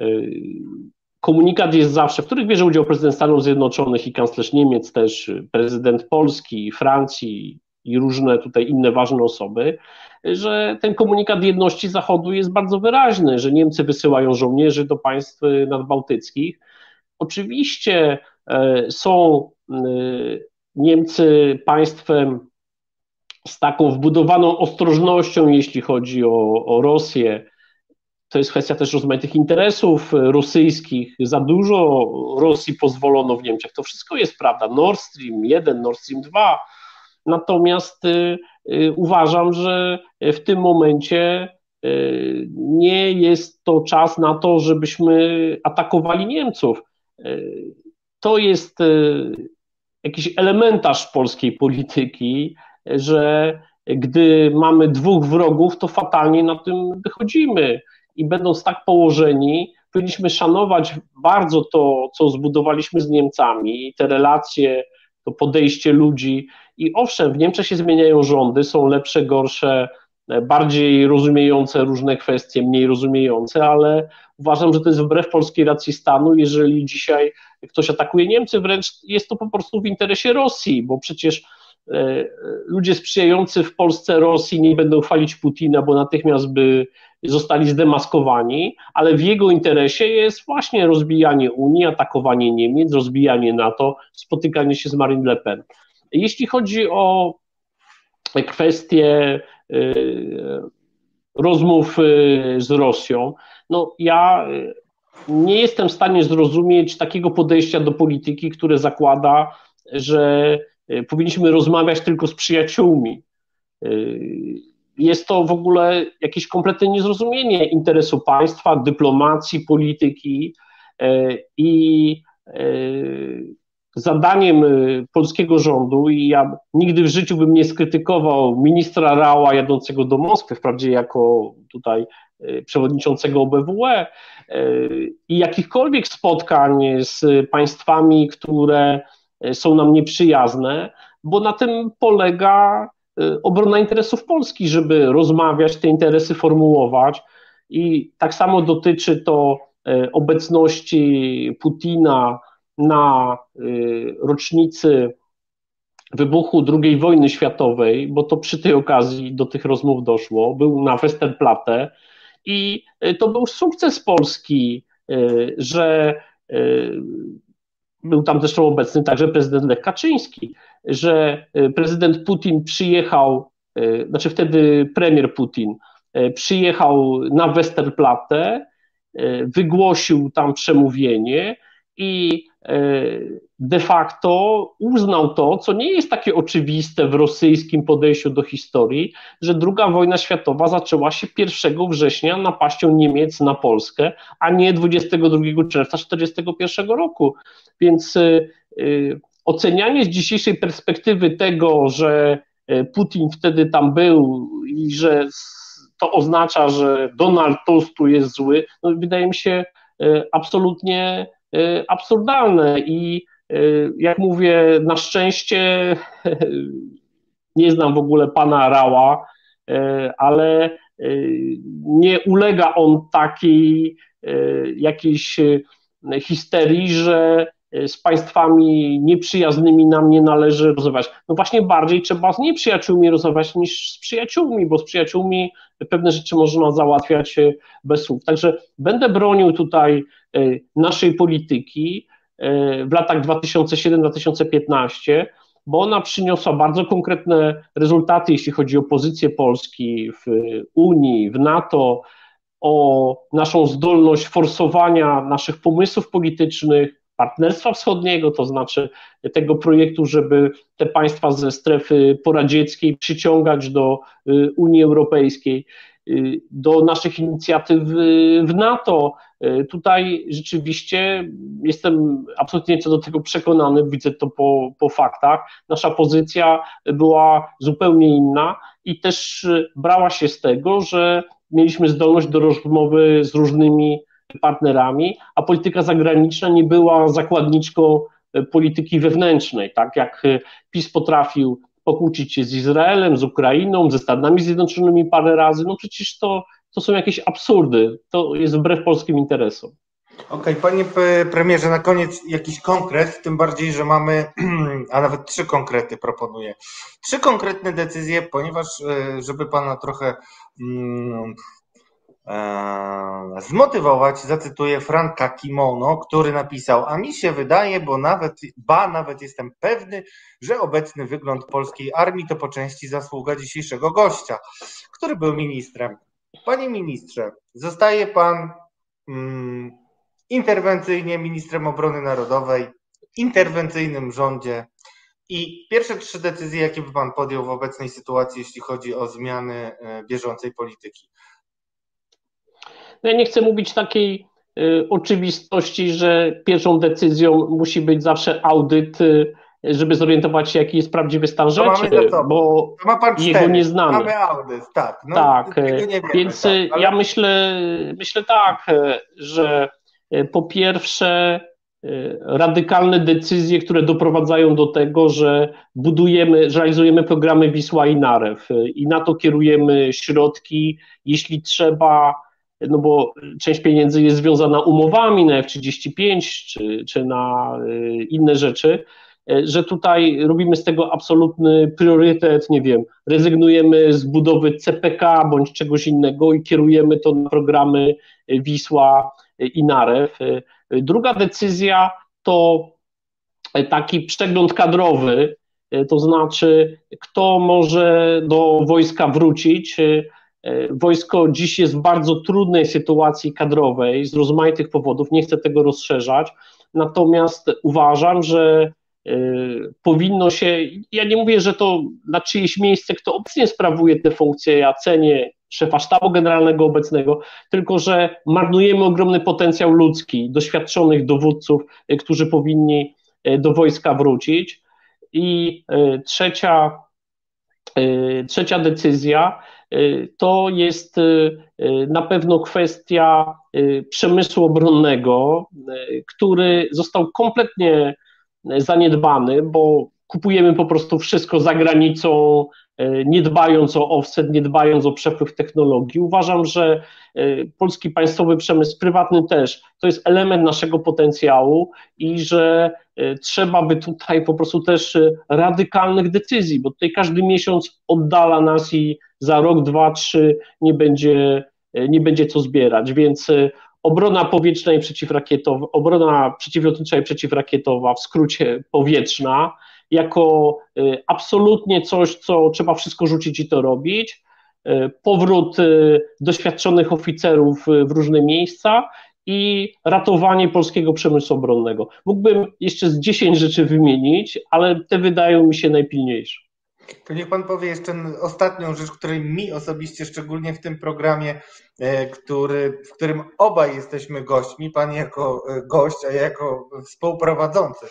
komunikat jest zawsze, w których bierze udział prezydent Stanów Zjednoczonych i kanclerz Niemiec, też prezydent Polski, Francji i różne tutaj inne ważne osoby, że ten komunikat jedności Zachodu jest bardzo wyraźny, że Niemcy wysyłają żołnierzy do państw nadbałtyckich. Oczywiście są Niemcy państwem z taką wbudowaną ostrożnością, jeśli chodzi o, o Rosję. To jest kwestia też rozmaitych interesów rosyjskich. Za dużo Rosji pozwolono w Niemczech. To wszystko jest prawda. Nord Stream jeden, Nord Stream dwa. Natomiast y, y, uważam, że w tym momencie y, nie jest to czas na to, żebyśmy atakowali Niemców. Y, to jest y, jakiś elementarz polskiej polityki, że gdy mamy dwóch wrogów, to fatalnie na tym wychodzimy. I będąc tak położeni, powinniśmy szanować bardzo to, co zbudowaliśmy z Niemcami, te relacje, to podejście ludzi. I owszem, w Niemczech się zmieniają rządy, są lepsze, gorsze, bardziej rozumiejące różne kwestie, mniej rozumiejące, ale uważam, że to jest wbrew polskiej racji stanu, jeżeli dzisiaj ktoś atakuje Niemcy, wręcz jest to po prostu w interesie Rosji, bo przecież ludzie sprzyjający w Polsce Rosji nie będą chwalić Putina, bo natychmiast by zostali zdemaskowani, ale w jego interesie jest właśnie rozbijanie Unii, atakowanie Niemiec, rozbijanie NATO, spotykanie się z Marine Le Pen. Jeśli chodzi o kwestie rozmów z Rosją. No ja nie jestem w stanie zrozumieć takiego podejścia do polityki, które zakłada, że powinniśmy rozmawiać tylko z przyjaciółmi. Jest to w ogóle jakieś kompletne niezrozumienie interesu państwa, dyplomacji, polityki i zadaniem polskiego rządu, i ja nigdy w życiu bym nie skrytykował ministra Raua jadącego do Moskwy, wprawdzie jako tutaj przewodniczącego O B W E, i jakichkolwiek spotkań z państwami, które są nam nieprzyjazne, bo na tym polega obrona interesów Polski, żeby rozmawiać, te interesy formułować, i tak samo dotyczy to obecności Putina na rocznicy wybuchu drugiej wojny światowej, bo to przy tej okazji do tych rozmów doszło, był na Westerplatte i to był sukces Polski, że był tam zresztą obecny także prezydent Lech Kaczyński, że prezydent Putin przyjechał, znaczy wtedy premier Putin przyjechał na Westerplatte, wygłosił tam przemówienie i de facto uznał to, co nie jest takie oczywiste w rosyjskim podejściu do historii, że druga wojna światowa zaczęła się pierwszego września napaścią Niemiec na Polskę, a nie dwudziestego drugiego czerwca tysiąc dziewięćset czterdziestego pierwszego roku. Więc y, ocenianie z dzisiejszej perspektywy tego, że Putin wtedy tam był i że to oznacza, że Donald Tusk tu jest zły, no wydaje mi się y, absolutnie y, absurdalne i y, jak mówię, na szczęście nie znam w ogóle pana Raua, y, ale y, nie ulega on takiej y, jakiejś histerii, że z państwami nieprzyjaznymi nam nie należy rozmawiać. No właśnie bardziej trzeba z nieprzyjaciółmi rozmawiać niż z przyjaciółmi, bo z przyjaciółmi pewne rzeczy można załatwiać bez słów. Także będę bronił tutaj naszej polityki w latach dwa tysiące siódmym do dwa tysiące piętnastego, bo ona przyniosła bardzo konkretne rezultaty, jeśli chodzi o pozycję Polski w Unii, w NATO, o naszą zdolność forsowania naszych pomysłów politycznych, Partnerstwa Wschodniego, to znaczy tego projektu, żeby te państwa ze strefy poradzieckiej przyciągać do Unii Europejskiej, do naszych inicjatyw w NATO. Tutaj rzeczywiście jestem absolutnie co do tego przekonany, widzę to po, po faktach. Nasza pozycja była zupełnie inna i też brała się z tego, że mieliśmy zdolność do rozmowy z różnymi partnerami, a polityka zagraniczna nie była zakładniczką polityki wewnętrznej, tak jak PiS potrafił pokłócić się z Izraelem, z Ukrainą, ze Stanami Zjednoczonymi parę razy, no przecież to, to są jakieś absurdy, to jest wbrew polskim interesom. Okej, okay, panie premierze, na koniec jakiś konkret, tym bardziej, że mamy, a nawet trzy konkrety proponuję. Trzy konkretne decyzje, ponieważ żeby pana trochę mm, e, zmotywować, zacytuję Franka Kimono, który napisał: a mi się wydaje, bo nawet, ba, nawet jestem pewny, że obecny wygląd polskiej armii to po części zasługa dzisiejszego gościa, który był ministrem. Panie ministrze, zostaje pan mm, interwencyjnie ministrem obrony narodowej, w interwencyjnym rządzie i pierwsze trzy decyzje, jakie by pan podjął w obecnej sytuacji, jeśli chodzi o zmiany bieżącej polityki? No ja nie chcę mówić takiej y, oczywistości, że pierwszą decyzją musi być zawsze audyt, y, żeby zorientować się, jaki jest prawdziwy stan rzeczy, bo to ma pan jego nie znamy. Mamy audyt, tak. No, tak, wiemy, więc tak, ale... ja myślę, myślę tak, że po pierwsze radykalne decyzje, które doprowadzają do tego, że budujemy, że realizujemy programy Wisła i Narew i na to kierujemy środki, jeśli trzeba, no bo część pieniędzy jest związana umowami na F trzydzieści pięć czy, czy na inne rzeczy, że tutaj robimy z tego absolutny priorytet, nie wiem, rezygnujemy z budowy C P K bądź czegoś innego i kierujemy to na programy Wisła i Narew. Druga decyzja to taki przegląd kadrowy, to znaczy kto może do wojska wrócić, Wojsko dziś jest w bardzo trudnej sytuacji kadrowej z rozmaitych powodów, nie chcę tego rozszerzać, natomiast uważam, że powinno się, ja nie mówię, że to na czyjeś miejsce, kto obecnie sprawuje te funkcje, ja cenię szefa sztabu generalnego obecnego, tylko że marnujemy ogromny potencjał ludzki, doświadczonych dowódców, którzy powinni do wojska wrócić. I trzecia, trzecia decyzja to jest na pewno kwestia przemysłu obronnego, który został kompletnie zaniedbany, bo kupujemy po prostu wszystko za granicą, nie dbając o offset, nie dbając o przepływ technologii. Uważam, że polski państwowy przemysł prywatny też to jest element naszego potencjału i że trzeba by tutaj po prostu też radykalnych decyzji, bo tutaj każdy miesiąc oddala nas i za rok, dwa, trzy nie będzie, nie będzie co zbierać, więc obrona powietrzna i przeciwrakietowa, obrona przeciwlotnicza i przeciwrakietowa, w skrócie powietrzna, jako absolutnie coś, co trzeba wszystko rzucić i to robić. Powrót doświadczonych oficerów w różne miejsca i ratowanie polskiego przemysłu obronnego. Mógłbym jeszcze z dziesięć rzeczy wymienić, ale te wydają mi się najpilniejsze. To niech pan powie jeszcze ostatnią rzecz, której mi osobiście, szczególnie w tym programie, który, w którym obaj jesteśmy gośćmi, pan jako gość, a ja jako współprowadzący,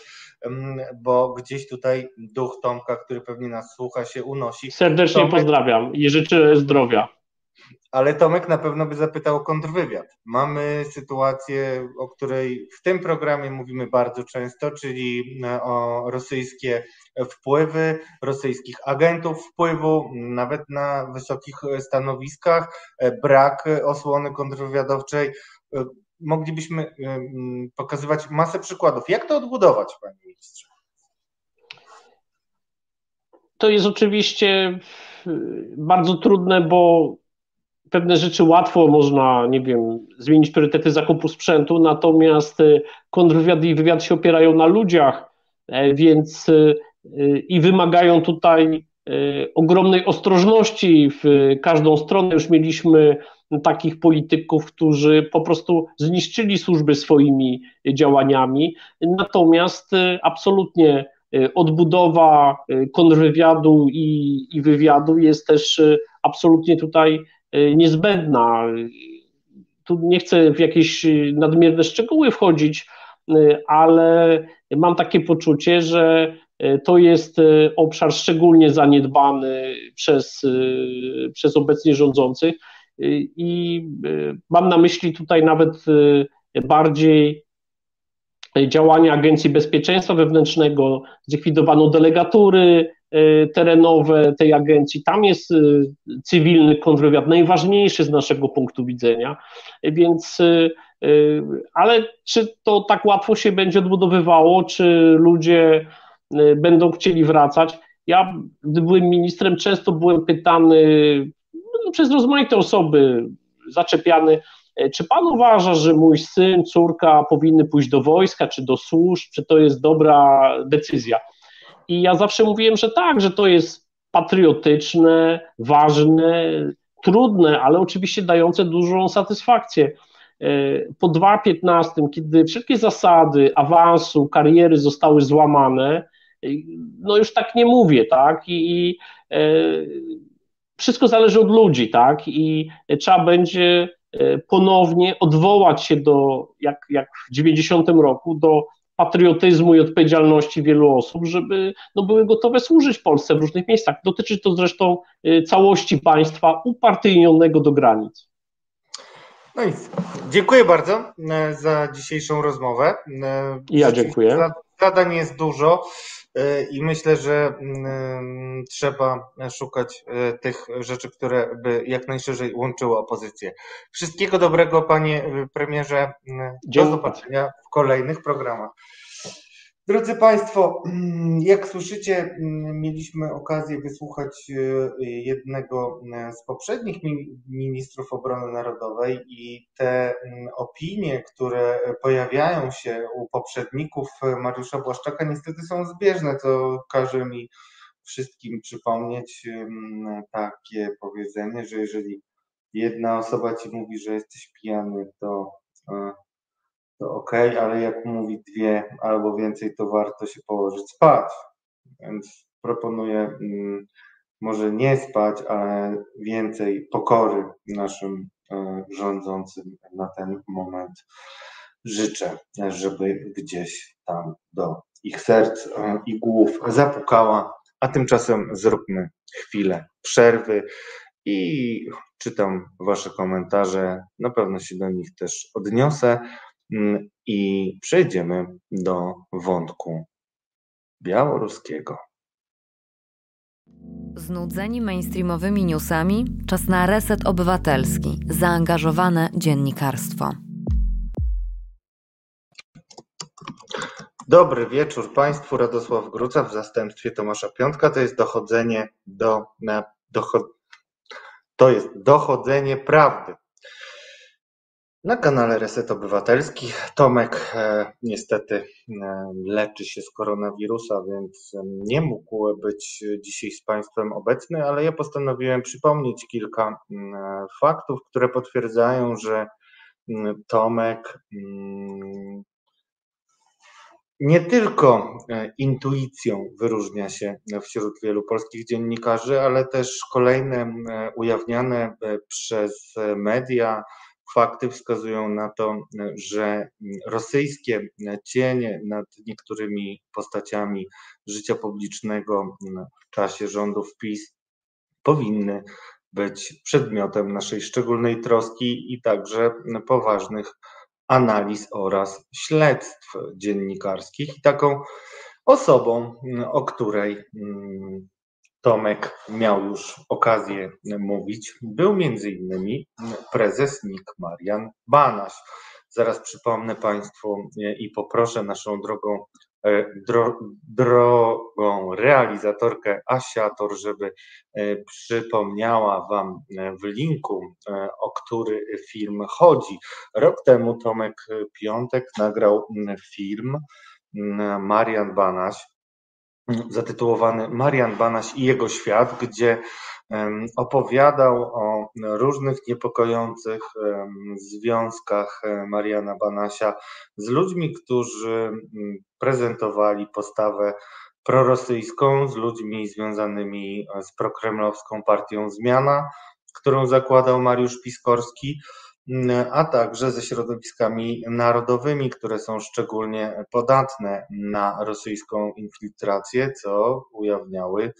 bo gdzieś tutaj duch Tomka, który pewnie nas słucha, się unosi. Serdecznie Tomek, pozdrawiam i życzę zdrowia. Ale Tomek na pewno by zapytał o kontrwywiad. Mamy sytuację, o której w tym programie mówimy bardzo często, czyli o rosyjskie wpływy, rosyjskich agentów wpływu, nawet na wysokich stanowiskach, brak osłony kontrwywiadowczej. Moglibyśmy pokazywać masę przykładów. Jak to odbudować, panie ministrze? To jest oczywiście bardzo trudne, bo pewne rzeczy łatwo można, nie wiem, zmienić priorytety zakupu sprzętu, natomiast kontrwywiad i wywiad się opierają na ludziach, więc i wymagają tutaj ogromnej ostrożności w każdą stronę. Już mieliśmy takich polityków, którzy po prostu zniszczyli służby swoimi działaniami, natomiast absolutnie odbudowa kontrwywiadu i, i wywiadu jest też absolutnie tutaj niezbędna. Tu nie chcę w jakieś nadmierne szczegóły wchodzić, ale mam takie poczucie, że to jest obszar szczególnie zaniedbany przez, przez obecnie rządzących i mam na myśli tutaj nawet bardziej działania Agencji Bezpieczeństwa Wewnętrznego, zlikwidowano delegatury terenowe tej agencji. Tam jest cywilny kontrwywiad, najważniejszy z naszego punktu widzenia, więc ale czy to tak łatwo się będzie odbudowywało, czy ludzie będą chcieli wracać? Ja, gdy byłem ministrem, często byłem pytany no, przez rozmaite osoby, zaczepiany, czy pan uważa, że mój syn, córka powinny pójść do wojska, czy do służb, czy to jest dobra decyzja? I ja zawsze mówiłem, że tak, że to jest patriotyczne, ważne, trudne, ale oczywiście dające dużą satysfakcję. Po dwa tysiące piętnastym, kiedy wszystkie zasady awansu, kariery zostały złamane, no już tak nie mówię, tak? I, i e, wszystko zależy od ludzi, tak? I trzeba będzie ponownie odwołać się do, jak, jak w dziewięćdziesiątym roku, do patriotyzmu i odpowiedzialności wielu osób, żeby no, były gotowe służyć Polsce w różnych miejscach. Dotyczy to zresztą całości państwa upartyjnionego do granic. No i dziękuję bardzo za dzisiejszą rozmowę. Ja dziękuję. Zadań jest dużo i myślę, że trzeba szukać tych rzeczy, które by jak najszerzej łączyły opozycję. Wszystkiego dobrego, panie premierze. Do zobaczenia w kolejnych programach. Drodzy Państwo, jak słyszycie, mieliśmy okazję wysłuchać jednego z poprzednich ministrów obrony narodowej i te opinie, które pojawiają się u poprzedników Mariusza Błaszczaka, niestety są zbieżne, co każe mi wszystkim przypomnieć takie powiedzenie, że jeżeli jedna osoba ci mówi, że jesteś pijany, to, to okej, okay, ale jak mówi dwie albo więcej, to warto się położyć spać. Więc proponuję mm, może nie spać, ale więcej pokory naszym e, rządzącym na ten moment. Życzę, żeby gdzieś tam do ich serc e, i głów zapukała, a tymczasem zróbmy chwilę przerwy i czytam Wasze komentarze. Na pewno się do nich też odniosę mm, i przejdziemy do wątku białoruskiego. Znudzeni mainstreamowymi newsami? Czas na reset obywatelski. Zaangażowane dziennikarstwo. Dobry wieczór Państwu. Radosław Gruca w zastępstwie Tomasza Piątka. To jest dochodzenie do, dochod, to jest dochodzenie prawdy. Na kanale Reset Obywatelski Tomek e, niestety e, leczy się z koronawirusa, więc nie mógł być dzisiaj z Państwem obecny, ale ja postanowiłem przypomnieć kilka m, faktów, które potwierdzają, że m, Tomek m, nie tylko intuicją wyróżnia się wśród wielu polskich dziennikarzy, ale też kolejne ujawniane przez media fakty wskazują na to, że rosyjskie cienie nad niektórymi postaciami życia publicznego w czasie rządów PiS powinny być przedmiotem naszej szczególnej troski i także poważnych analiz oraz śledztw dziennikarskich. I taką osobą, o której Tomek miał już okazję mówić, był między innymi prezes N I K Marian Banaś. Zaraz przypomnę Państwu i poproszę naszą drogą, dro, drogą realizatorkę Asiator, żeby przypomniała Wam w linku, o który film chodzi. Rok temu Tomek Piątek nagrał film Marian Banaś, zatytułowany Marian Banaś i jego świat, gdzie opowiadał o różnych niepokojących związkach Mariana Banasia z ludźmi, którzy prezentowali postawę prorosyjską, z ludźmi związanymi z prokremlowską partią Zmiana, którą zakładał Mariusz Piskorski, a także ze środowiskami narodowymi, które są szczególnie podatne na rosyjską infiltrację, co ujawniały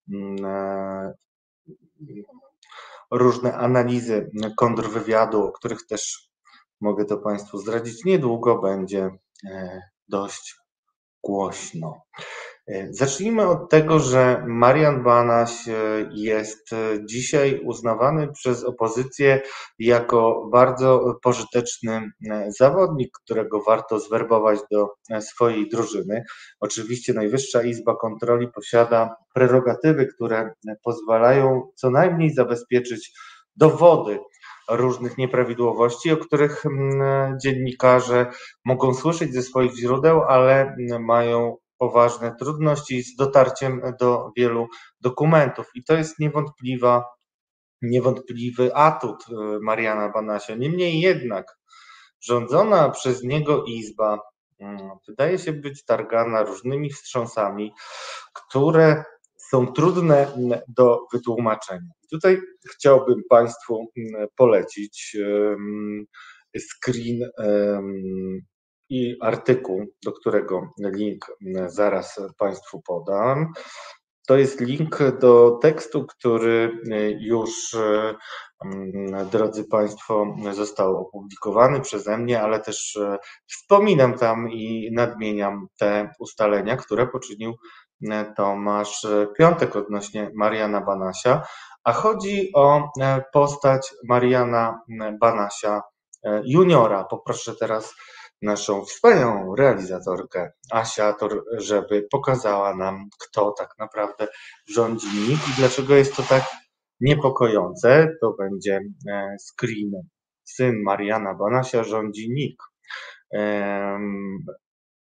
różne analizy kontrwywiadu, o których też mogę to Państwu zdradzić. Niedługo będzie dość głośno. Zacznijmy od tego, że Marian Banaś jest dzisiaj uznawany przez opozycję jako bardzo pożyteczny zawodnik, którego warto zwerbować do swojej drużyny. Oczywiście Najwyższa Izba Kontroli posiada prerogatywy, które pozwalają co najmniej zabezpieczyć dowody różnych nieprawidłowości, o których dziennikarze mogą słyszeć ze swoich źródeł, ale mają poważne trudności z dotarciem do wielu dokumentów. I to jest niewątpliwa, niewątpliwy atut Mariana Banasia. Niemniej jednak rządzona przez niego Izba wydaje się być targana różnymi wstrząsami, które są trudne do wytłumaczenia. I tutaj chciałbym Państwu polecić screen i artykuł, do którego link zaraz Państwu podam. To jest link do tekstu, który już, drodzy Państwo, został opublikowany przeze mnie, ale też wspominam tam i nadmieniam te ustalenia, które poczynił Tomasz Piątek odnośnie Mariana Banasia, a chodzi o postać Mariana Banasia juniora. Poproszę teraz naszą wspaniałą realizatorkę Asiator, żeby pokazała nam, kto tak naprawdę rządzi N I K i dlaczego jest to tak niepokojące. To będzie screen. Syn Mariana Banasia rządzi N I K.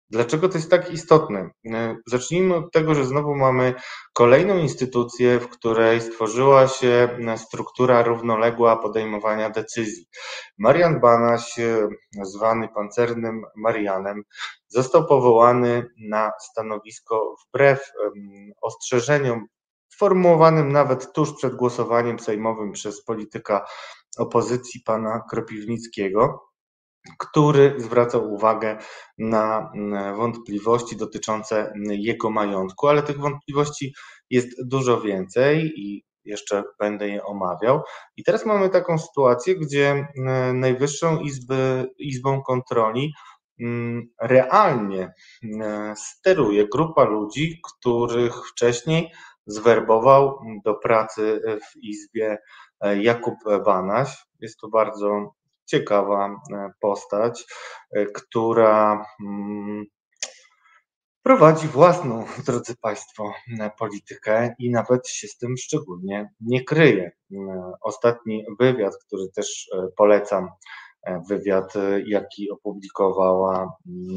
Dlaczego to jest tak istotne? Zacznijmy od tego, że znowu mamy kolejną instytucję, w której stworzyła się struktura równoległa podejmowania decyzji. Marian Banaś, zwany pancernym Marianem, został powołany na stanowisko wbrew ostrzeżeniom sformułowanym nawet tuż przed głosowaniem sejmowym przez polityka opozycji pana Kropiwnickiego, który zwracał uwagę na wątpliwości dotyczące jego majątku, ale tych wątpliwości jest dużo więcej i jeszcze będę je omawiał. I teraz mamy taką sytuację, gdzie Najwyższą Izby, Izbą Kontroli realnie steruje grupa ludzi, których wcześniej zwerbował do pracy w Izbie Jakub Banaś. Jest to bardzo ciekawa postać, która prowadzi własną, drodzy Państwo, politykę i nawet się z tym szczególnie nie kryje. Ostatni wywiad, który też polecam, wywiad, jaki opublikowała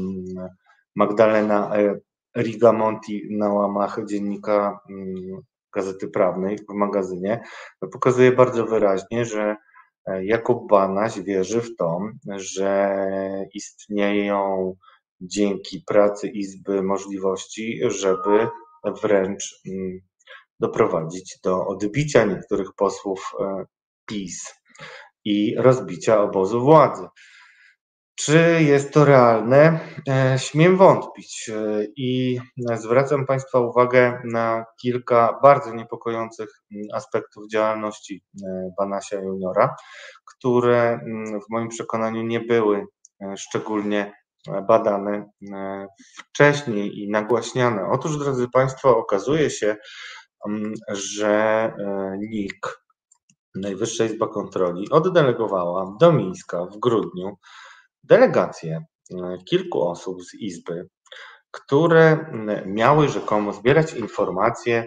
Magdalena Rigamonti na łamach dziennika Gazety Prawnej w magazynie, pokazuje bardzo wyraźnie, że Jakub Banaś wierzy w to, że istnieją dzięki pracy Izby możliwości, żeby wręcz doprowadzić do odbicia niektórych posłów PiS i rozbicia obozu władzy. Czy jest to realne? Śmiem wątpić i zwracam Państwa uwagę na kilka bardzo niepokojących aspektów działalności Banasia juniora, które w moim przekonaniu nie były szczególnie badane wcześniej i nagłaśniane. Otóż, drodzy Państwo, okazuje się, że N I K, Najwyższa Izba Kontroli, oddelegowała do Mińska w grudniu delegację kilku osób z Izby, które miały rzekomo zbierać informacje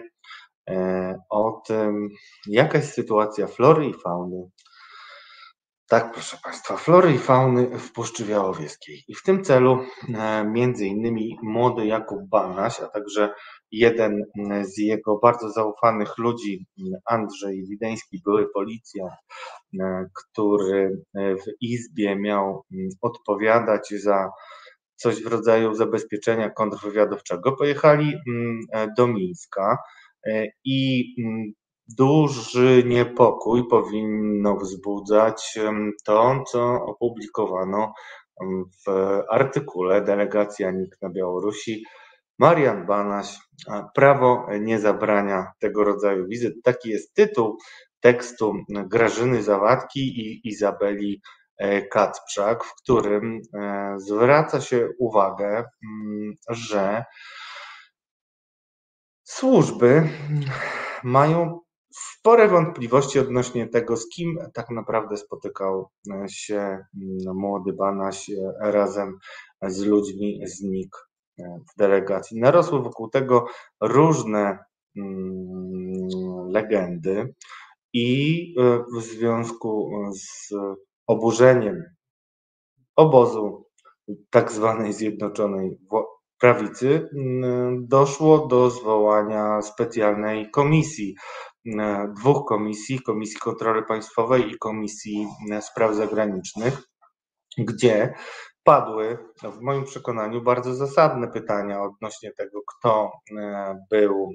o tym, jaka jest sytuacja flory i fauny. Tak, proszę Państwa, flory i fauny w Puszczy Białowieskiej. I w tym celu między innymi młody Jakub Banaś, a także jeden z jego bardzo zaufanych ludzi, Andrzej Wideński, były policjant, który w Izbie miał odpowiadać za coś w rodzaju zabezpieczenia kontrwywiadowczego, pojechali do Mińska i duży niepokój powinno wzbudzać to, co opublikowano w artykule Delegacja N I K na Białorusi. Marian Banaś, prawo nie zabrania tego rodzaju wizyt. Taki jest tytuł tekstu Grażyny Zawadki i Izabeli Kacprzak, w którym zwraca się uwagę, że służby mają spore wątpliwości odnośnie tego, z kim tak naprawdę spotykał się młody Banaś razem z ludźmi z N I K w delegacji. Narosły wokół tego różne legendy i w związku z oburzeniem obozu tak zwanej Zjednoczonej Prawicy doszło do zwołania specjalnej komisji, dwóch komisji, Komisji Kontroli Państwowej i Komisji Spraw Zagranicznych, gdzie padły w moim przekonaniu bardzo zasadne pytania odnośnie tego, kto był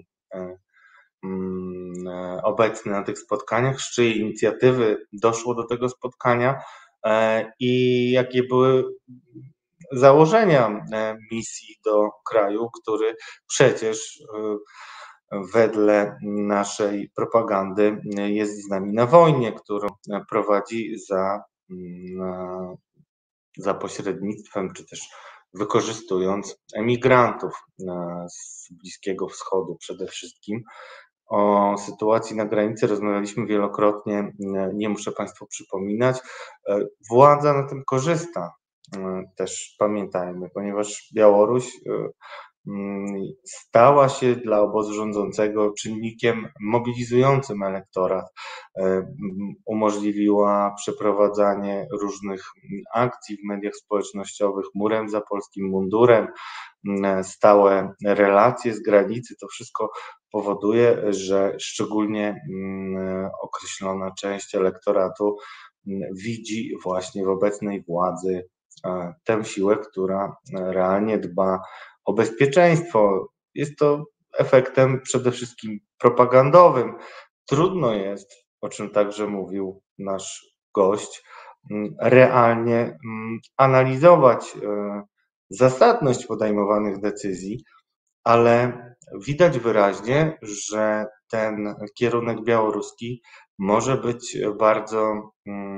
obecny na tych spotkaniach, z czyjej inicjatywy doszło do tego spotkania i jakie były założenia misji do kraju, który przecież wedle naszej propagandy jest z nami na wojnie, którą prowadzi za, za pośrednictwem, czy też wykorzystując emigrantów z Bliskiego Wschodu przede wszystkim. O sytuacji na granicy rozmawialiśmy wielokrotnie, nie muszę Państwu przypominać. Władza na tym korzysta, też pamiętajmy, ponieważ Białoruś stała się dla obozu rządzącego czynnikiem mobilizującym elektorat. Umożliwiła przeprowadzanie różnych akcji w mediach społecznościowych, murem za polskim mundurem, stałe relacje z granicy. To wszystko powoduje, że szczególnie określona część elektoratu widzi właśnie w obecnej władzy tę siłę, która realnie dba o bezpieczeństwo. Jest to efektem przede wszystkim propagandowym. Trudno jest, o czym także mówił nasz gość, realnie analizować zasadność podejmowanych decyzji, ale widać wyraźnie, że ten kierunek białoruski może być bardzo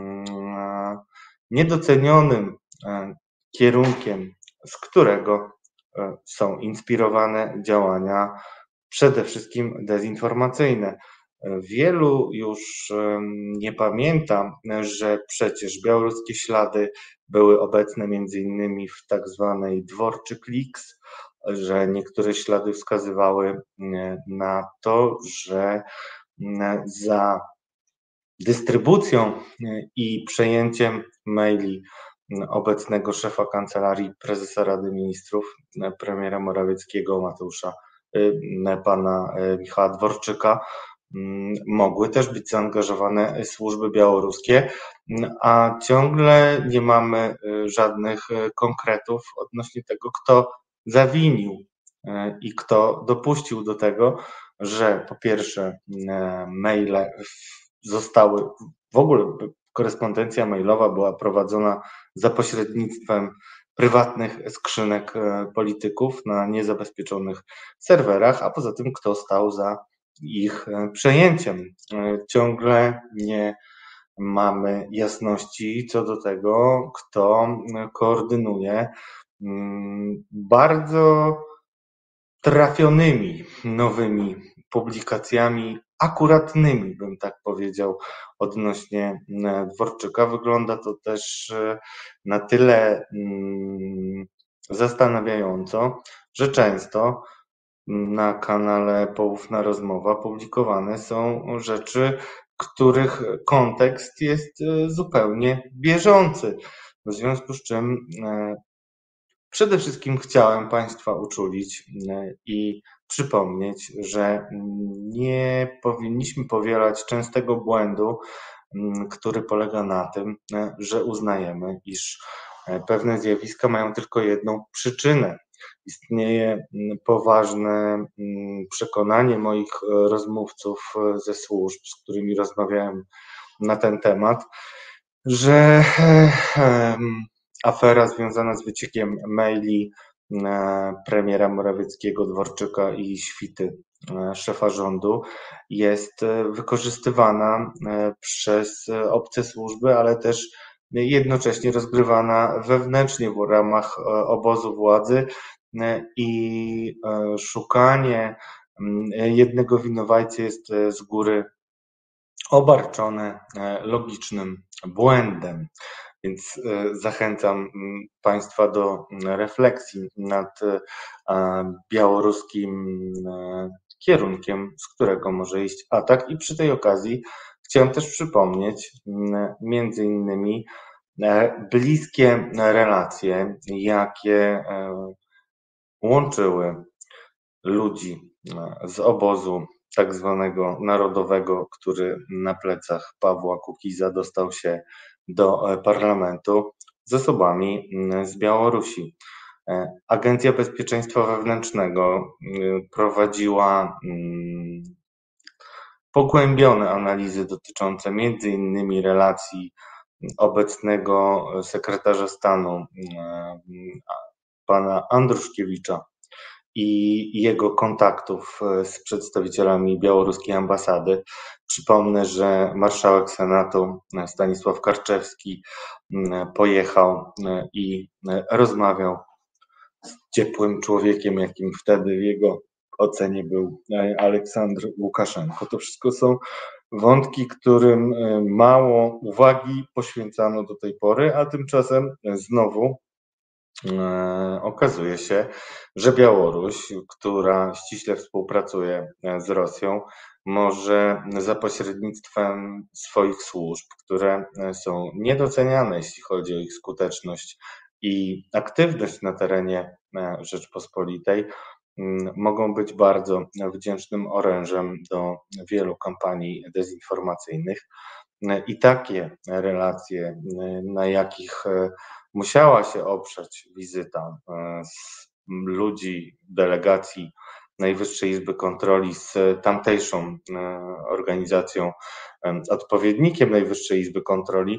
niedocenionym kierunkiem, z którego są inspirowane działania przede wszystkim dezinformacyjne. Wielu już nie pamięta, że przecież białoruskie ślady były obecne między innymi w tak zwanej Dworczyk Leaks, że niektóre ślady wskazywały na to, że za dystrybucją i przejęciem maili obecnego szefa Kancelarii Prezesa Rady Ministrów, premiera Morawieckiego, Mateusza, pana Michała Dworczyka, mogły też być zaangażowane służby białoruskie, a ciągle nie mamy żadnych konkretów odnośnie tego, kto zawinił i kto dopuścił do tego, że po pierwsze maile zostały, w ogóle korespondencja mailowa była prowadzona za pośrednictwem prywatnych skrzynek polityków na niezabezpieczonych serwerach, a poza tym kto stał za ich przejęciem. Ciągle nie mamy jasności co do tego, kto koordynuje bardzo trafionymi nowymi publikacjami, akuratnymi, bym tak powiedział, odnośnie Dworczyka. Wygląda to też na tyle zastanawiająco, że często na kanale Poufna Rozmowa publikowane są rzeczy, których kontekst jest zupełnie bieżący. W związku z czym przede wszystkim chciałem Państwa uczulić i przypomnieć, że nie powinniśmy powielać częstego błędu, który polega na tym, że uznajemy, iż pewne zjawiska mają tylko jedną przyczynę. Istnieje poważne przekonanie moich rozmówców ze służb, z którymi rozmawiałem na ten temat, że afera związana z wyciekiem maili premiera Morawieckiego, Dworczyka i świty szefa rządu jest wykorzystywana przez obce służby, ale też jednocześnie rozgrywana wewnętrznie w ramach obozu władzy i szukanie jednego winowajcy jest z góry obarczone logicznym błędem. Więc zachęcam Państwa do refleksji nad białoruskim kierunkiem, z którego może iść atak. I przy tej okazji chciałem też przypomnieć między innymi bliskie relacje, jakie łączyły ludzi z obozu tak zwanego narodowego, który na plecach Pawła Kukiza dostał się do parlamentu, z osobami z Białorusi. Agencja Bezpieczeństwa Wewnętrznego prowadziła pogłębione analizy dotyczące między innymi relacji obecnego sekretarza stanu pana Andruszkiewicza i jego kontaktów z przedstawicielami białoruskiej ambasady. Przypomnę, że marszałek Senatu Stanisław Karczewski pojechał i rozmawiał z ciepłym człowiekiem, jakim wtedy w jego ocenie był Aleksandr Łukaszenko. To wszystko są wątki, którym mało uwagi poświęcano do tej pory, a tymczasem znowu okazuje się, że Białoruś, która ściśle współpracuje z Rosją, może za pośrednictwem swoich służb, które są niedoceniane, jeśli chodzi o ich skuteczność i aktywność na terenie Rzeczpospolitej, mogą być bardzo wdzięcznym orężem do wielu kampanii dezinformacyjnych. I takie relacje, na jakich musiała się oprzeć wizyta z ludzi delegacji Najwyższej Izby Kontroli z tamtejszą organizacją, odpowiednikiem Najwyższej Izby Kontroli,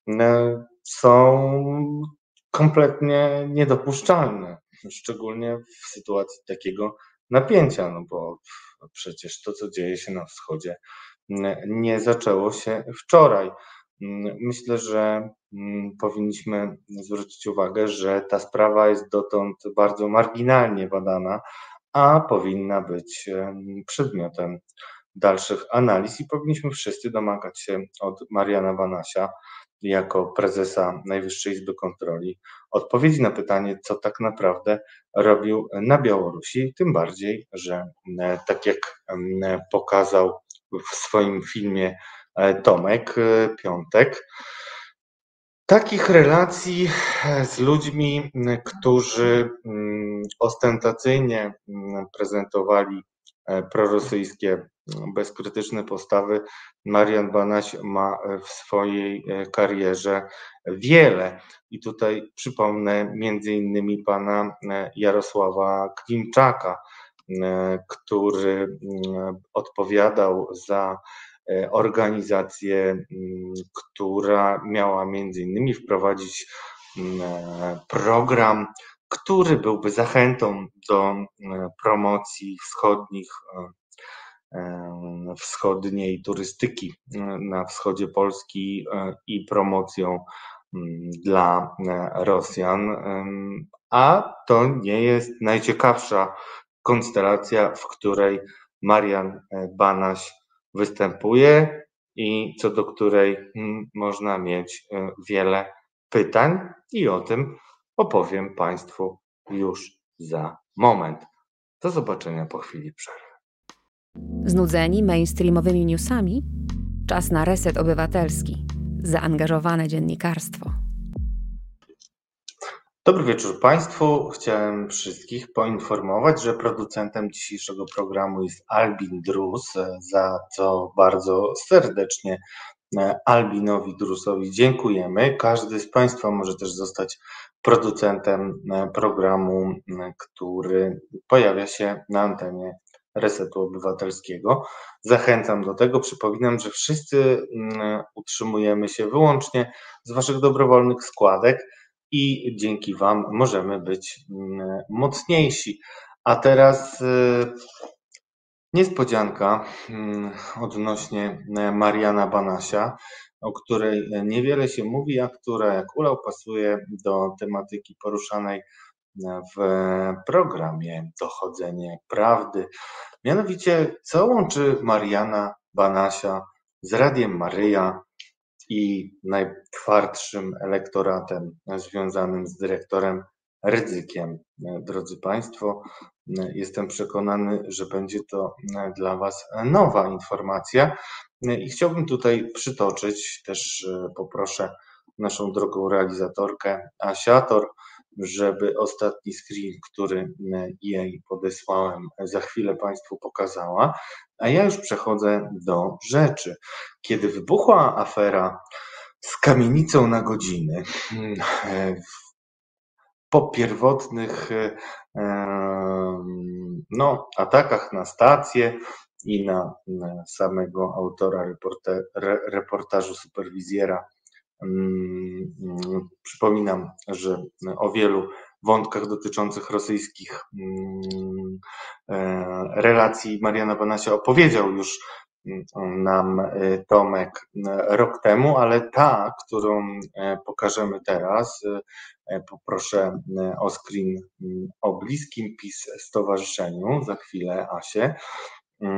są kompletnie niedopuszczalne, szczególnie w sytuacji takiego napięcia, no bo przecież to, co dzieje się na wschodzie, nie zaczęło się wczoraj. Myślę, że powinniśmy zwrócić uwagę, że ta sprawa jest dotąd bardzo marginalnie badana, a powinna być przedmiotem dalszych analiz i powinniśmy wszyscy domagać się od Mariana Banasia jako prezesa Najwyższej Izby Kontroli odpowiedzi na pytanie, co tak naprawdę robił na Białorusi, tym bardziej, że tak jak pokazał w swoim filmie Tomek Piątek, takich relacji z ludźmi, którzy ostentacyjnie prezentowali prorosyjskie, bezkrytyczne postawy, Marian Banaś ma w swojej karierze wiele. I tutaj przypomnę między innymi pana Jarosława Klimczaka, który odpowiadał za organizację, która miała między innymi wprowadzić program, który byłby zachętą do promocji wschodnich, wschodniej turystyki na wschodzie Polski i promocją dla Rosjan. A to nie jest najciekawsza konstelacja, w której Marian Banaś występuje i co do której można mieć wiele pytań i o tym opowiem Państwu już za moment. Do zobaczenia po chwili przerwy. Znudzeni mainstreamowymi newsami? Czas na reset obywatelski. Zaangażowane dziennikarstwo. Dobry wieczór Państwu. Chciałem wszystkich poinformować, że producentem dzisiejszego programu jest Albin Drus, za co bardzo serdecznie Albinowi Drusowi dziękujemy. Każdy z Państwa może też zostać producentem programu, który pojawia się na antenie Resetu Obywatelskiego. Zachęcam do tego. Przypominam, że wszyscy utrzymujemy się wyłącznie z Waszych dobrowolnych składek i dzięki Wam możemy być mocniejsi. A teraz niespodzianka odnośnie Mariana Banasia, o której niewiele się mówi, a która jak ulał pasuje do tematyki poruszanej w programie Dochodzenie Prawdy. Mianowicie, co łączy Mariana Banasia z Radiem Maryja i najtwardszym elektoratem związanym z dyrektorem Rydzykiem? Drodzy Państwo, jestem przekonany, że będzie to dla Was nowa informacja i chciałbym tutaj przytoczyć, też poproszę naszą drogą realizatorkę Asiator, żeby ostatni screen, który jej podesłałem, za chwilę Państwu pokazała. A ja już przechodzę do rzeczy. Kiedy wybuchła afera z kamienicą na godziny, po pierwotnych no, atakach na stację i na, na samego autora reporter, reportażu superwizjera, przypominam, że o wielu wątkach dotyczących rosyjskich relacji Mariana Banasia opowiedział już nam Tomek rok temu, ale ta, którą pokażemy teraz, poproszę o screen o bliskim PiS stowarzyszeniu, za chwilę Asię,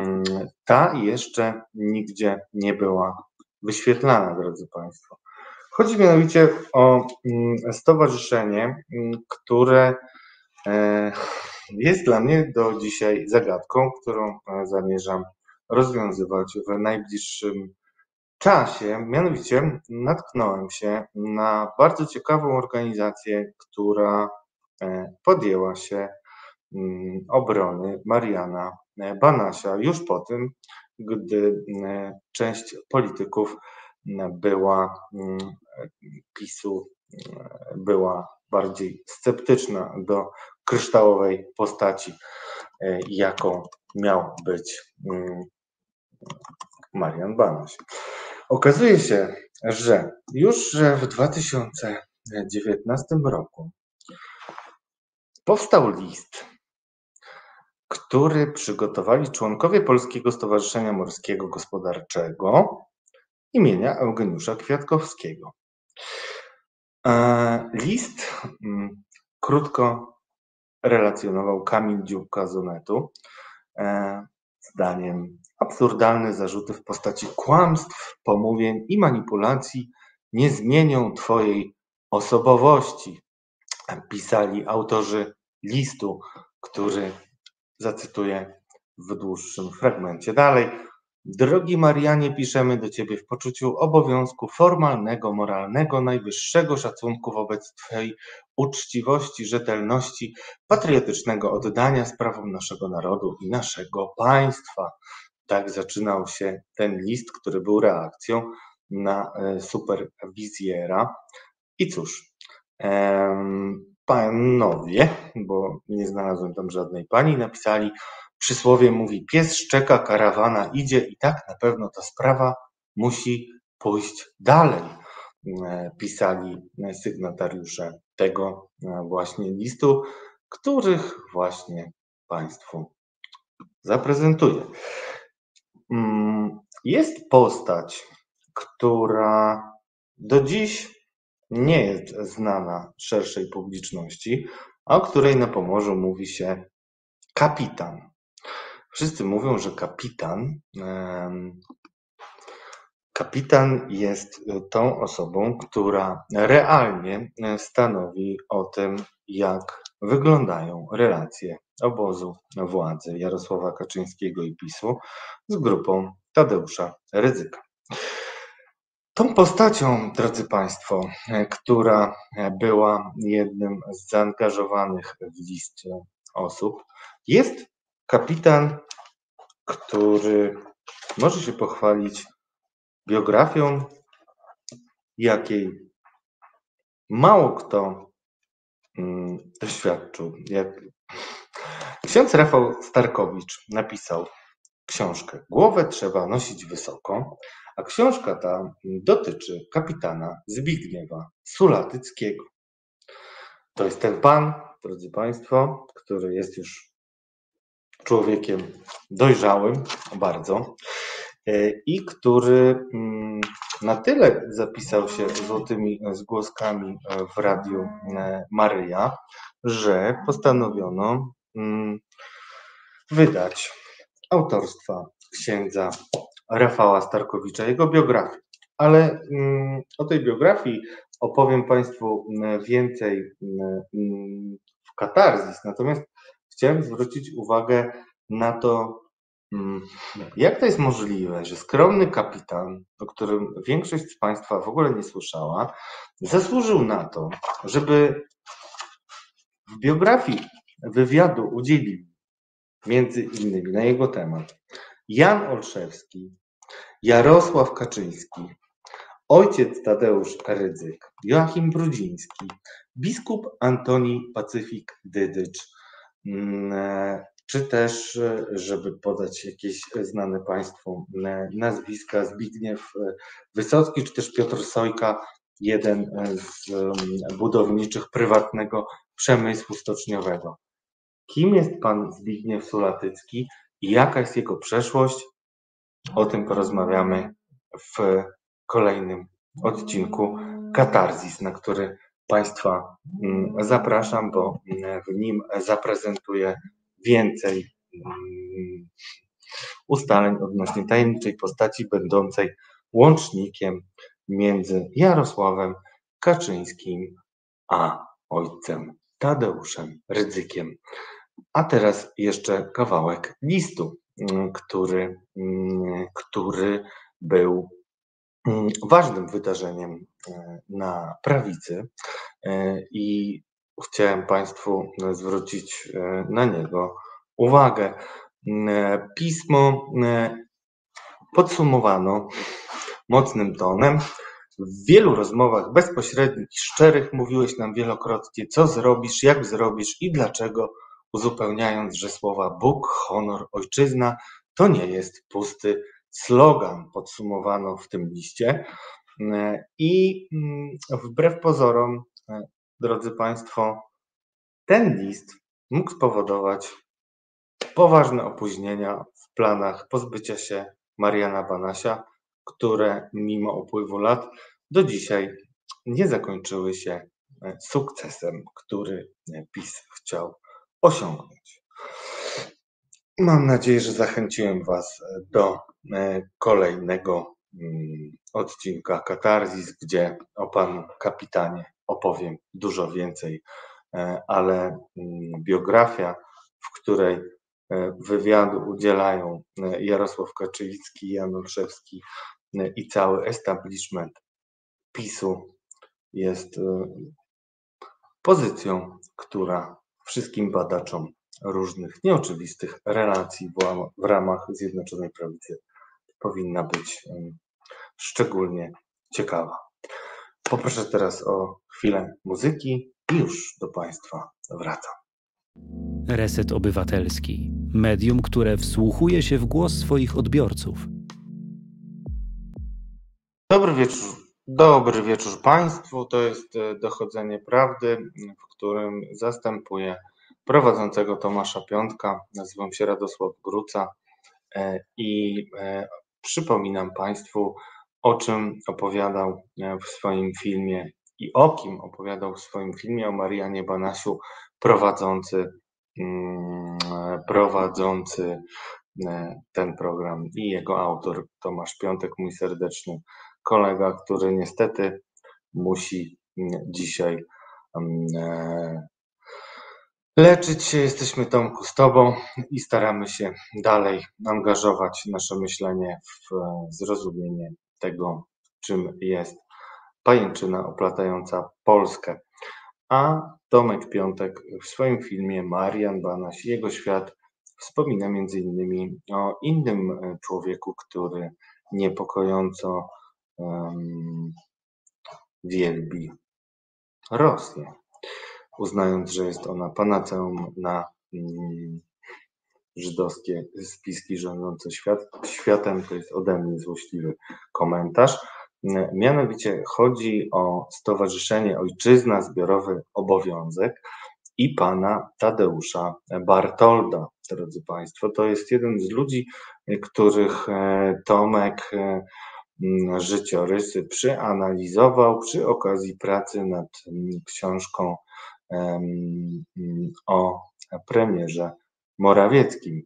ta jeszcze nigdzie nie była wyświetlana, drodzy Państwo. Chodzi mianowicie o stowarzyszenie, które jest dla mnie do dzisiaj zagadką, którą zamierzam rozwiązywać w najbliższym czasie. Mianowicie natknąłem się na bardzo ciekawą organizację, która podjęła się obrony Mariana Banasia już po tym, gdy część polityków była PiSu była bardziej sceptyczna do kryształowej postaci, jaką miał być Marian Banaś. Okazuje się, że już w dwa tysiące dziewiętnastym roku powstał list, który przygotowali członkowie Polskiego Stowarzyszenia Morskiego Gospodarczego imienia Eugeniusza Kwiatkowskiego. List krótko relacjonował Kamil Dzióbka z Onetu zdaniem absurdalne zarzuty w postaci kłamstw, pomówień i manipulacji nie zmienią twojej osobowości, pisali autorzy listu, który zacytuję w dłuższym fragmencie dalej. Drogi Marianie, piszemy do Ciebie w poczuciu obowiązku formalnego, moralnego, najwyższego szacunku wobec Twojej uczciwości, rzetelności, patriotycznego oddania sprawom naszego narodu i naszego państwa. Tak zaczynał się ten list, który był reakcją na superwizjera. I cóż, em, panowie, bo nie znalazłem tam żadnej pani, napisali: przysłowie mówi, pies szczeka, karawana idzie i tak na pewno ta sprawa musi pójść dalej. Pisali sygnatariusze tego właśnie listu, których właśnie Państwu zaprezentuję. Jest postać, która do dziś nie jest znana szerszej publiczności, a o której na Pomorzu mówi się kapitan. Wszyscy mówią, że kapitan, kapitan jest tą osobą, która realnie stanowi o tym, jak wyglądają relacje obozu władzy Jarosława Kaczyńskiego i PiSu z grupą Tadeusza Rydzyka. Tą postacią, drodzy Państwo, która była jednym z zaangażowanych w list osób, jest kapitan, który może się pochwalić biografią, jakiej mało kto doświadczył. Jak ksiądz Rafał Starkowicz napisał książkę Głowę trzeba nosić wysoko, a książka ta dotyczy kapitana Zbigniewa Sulatyckiego. To jest ten pan, drodzy Państwo, który jest już człowiekiem dojrzałym bardzo i który na tyle zapisał się złotymi zgłoskami w Radiu Maryja, że postanowiono wydać autorstwa księdza Rafała Starkowicza, jego biografię. Ale o tej biografii opowiem Państwu więcej w katarzis. Natomiast chciałem zwrócić uwagę na to, jak to jest możliwe, że skromny kapitan, o którym większość z Państwa w ogóle nie słyszała, zasłużył na to, żeby w biografii wywiadu udzielił między innymi na jego temat Jan Olszewski, Jarosław Kaczyński, ojciec Tadeusz Rydzyk, Joachim Brudziński, biskup Antoni Pacyfik Dydycz, czy też, żeby podać jakieś znane Państwu nazwiska, Zbigniew Wysocki, czy też Piotr Sojka, jeden z budowniczych prywatnego przemysłu stoczniowego. Kim jest pan Zbigniew Sulatycki i jaka jest jego przeszłość? O tym porozmawiamy w kolejnym odcinku Katarzis, na który Państwa zapraszam, bo w nim zaprezentuję więcej ustaleń odnośnie tajemniczej postaci będącej łącznikiem między Jarosławem Kaczyńskim a ojcem Tadeuszem Rydzykiem. A teraz jeszcze kawałek listu, który, który był ważnym wydarzeniem na prawicy i chciałem Państwu zwrócić na niego uwagę. Pismo podsumowano mocnym tonem. W wielu rozmowach bezpośrednich i szczerych mówiłeś nam wielokrotnie, co zrobisz, jak zrobisz i dlaczego, uzupełniając, że słowa Bóg, honor, ojczyzna to nie jest pusty slogan, podsumowano w tym liście. I wbrew pozorom, drodzy Państwo, ten list mógł spowodować poważne opóźnienia w planach pozbycia się Mariana Banasia, które mimo upływu lat do dzisiaj nie zakończyły się sukcesem, który PiS chciał osiągnąć. Mam nadzieję, że zachęciłem Was do kolejnego odcinka Katarzis, gdzie o panu kapitanie opowiem dużo więcej, ale biografia, w której wywiadu udzielają Jarosław Kaczyński, Jan Olszewski i cały establishment PiSu, jest pozycją, która wszystkim badaczom różnych nieoczywistych relacji w ramach Zjednoczonej Prawicy powinna być szczególnie ciekawa. Poproszę teraz o chwilę muzyki i już do Państwa wracam. Reset Obywatelski. Medium, które wsłuchuje się w głos swoich odbiorców. Dobry wieczór. Dobry wieczór Państwu. To jest Dochodzenie Prawdy, w którym zastępuję prowadzącego Tomasza Piątka. Nazywam się Radosław Gruca i przypominam Państwu, o czym opowiadał w swoim filmie i o kim opowiadał w swoim filmie o Marianie Banasiu prowadzący, prowadzący ten program i jego autor Tomasz Piątek, mój serdeczny kolega, który niestety musi dzisiaj leczyć się. Jesteśmy, Tomku, z Tobą i staramy się dalej angażować nasze myślenie w zrozumienie tego, czym jest pajęczyna oplatająca Polskę. A Tomek Piątek w swoim filmie Marian Banaś i jego świat wspomina między innymi o innym człowieku, który niepokojąco um, wielbi Rosję, uznając, że jest ona panaceum na um, żydowskie spiski rządzące świat, światem. To jest ode mnie złośliwy komentarz. Mianowicie chodzi o Stowarzyszenie Ojczyzna Zbiorowy Obowiązek i pana Tadeusza Bartolda, drodzy Państwo. To jest jeden z ludzi, których Tomek życiorysy przeanalizował przy okazji pracy nad książką o premierze Morawieckim.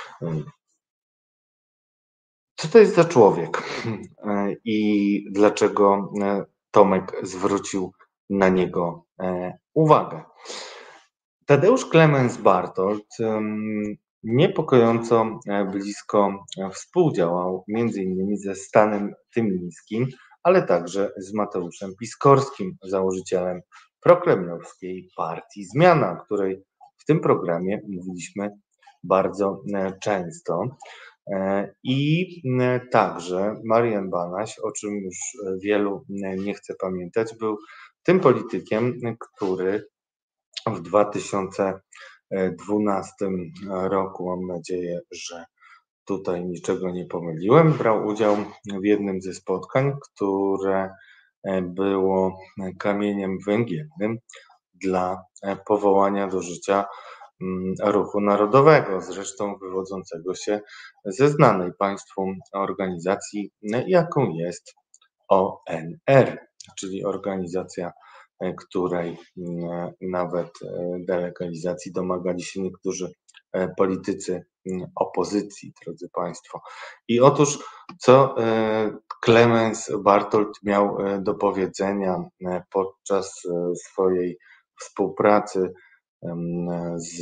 Co to jest za człowiek i dlaczego Tomek zwrócił na niego uwagę? Tadeusz Klemens Bartold niepokojąco blisko współdziałał między innymi ze Stanem Tymińskim, ale także z Mateuszem Piskorskim, założycielem prokremlowskiej partii Zmiana, o której w tym programie mówiliśmy bardzo często. I także Marian Banaś, o czym już wielu nie chce pamiętać, był tym politykiem, który w dwa tysiące dwunastym roku, mam nadzieję, że tutaj niczego nie pomyliłem, brał udział w jednym ze spotkań, które było kamieniem węgielnym dla powołania do życia Ruchu Narodowego, zresztą wywodzącego się ze znanej Państwu organizacji, jaką jest O N R, czyli organizacja, której nawet delegalizacji domagali się niektórzy politycy opozycji, drodzy Państwo. I otóż, co Klemens Bartold miał do powiedzenia podczas swojej współpracy z,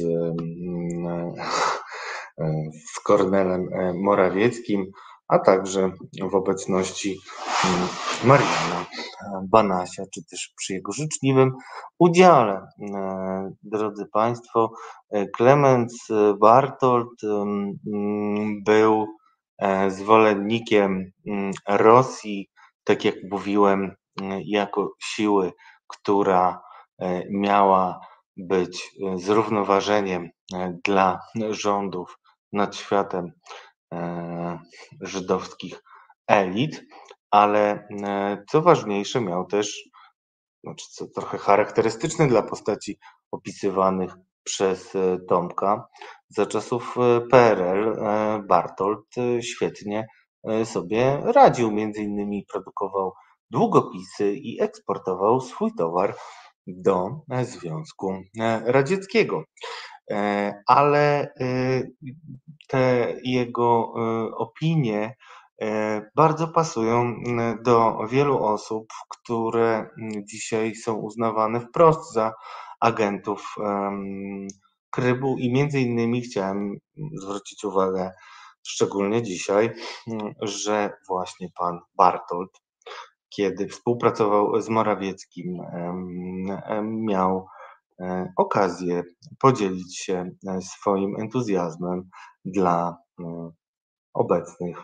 z Kornelem Morawieckim, a także w obecności Mariana Banasia, czy też przy jego życzliwym udziale. Drodzy Państwo, Klemens Bartold był zwolennikiem Rosji, tak jak mówiłem, jako siły, która miała być zrównoważeniem dla rządów nad światem żydowskich elit, ale co ważniejsze, miał też, znaczy co trochę charakterystyczne dla postaci opisywanych przez Tomka, za czasów P R L Bartold świetnie sobie radził, między innymi produkował długopisy i eksportował swój towar do Związku Radzieckiego. Ale te jego opinie bardzo pasują do wielu osób, które dzisiaj są uznawane wprost za agentów Krymu i między innymi chciałem zwrócić uwagę szczególnie dzisiaj, że właśnie pan Bartold, kiedy współpracował z Morawieckim, miał okazję podzielić się swoim entuzjazmem dla obecnych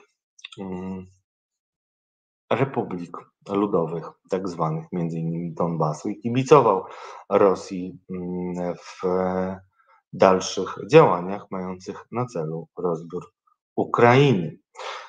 republik ludowych, tak zwanych, między innymi Donbasu, i kibicował Rosji w dalszych działaniach mających na celu rozbiór Ukrainy.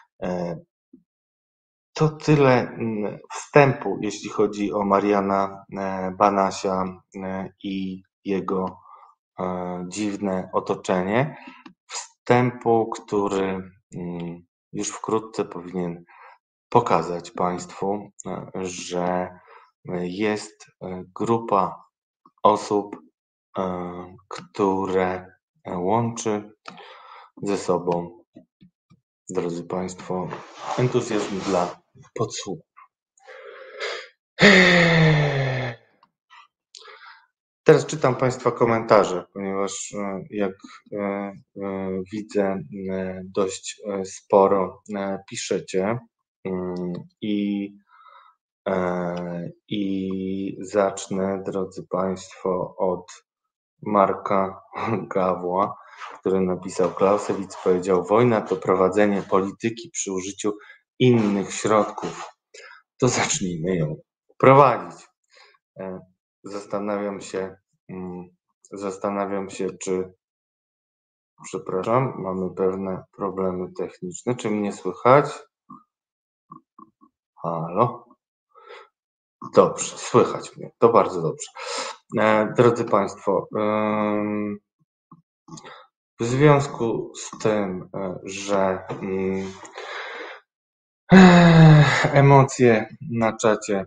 To tyle wstępu, jeśli chodzi o Mariana Banasia i jego dziwne otoczenie. Wstępu, który już wkrótce powinien pokazać Państwu, że jest grupa osób, które łączy ze sobą, drodzy Państwo, entuzjazm dla podsłuchów. Teraz czytam Państwa komentarze, ponieważ jak widzę, dość sporo piszecie i, i zacznę, drodzy Państwo, od Marka Gawła, który napisał: Clausewitz powiedział: wojna to prowadzenie polityki przy użyciu innych środków. To zacznijmy ją prowadzić. Zastanawiam się, zastanawiam się, czy, przepraszam, mamy pewne problemy techniczne. Czy mnie słychać? Halo? Dobrze, słychać mnie. To bardzo dobrze. Drodzy Państwo, w związku z tym, że emocje na czacie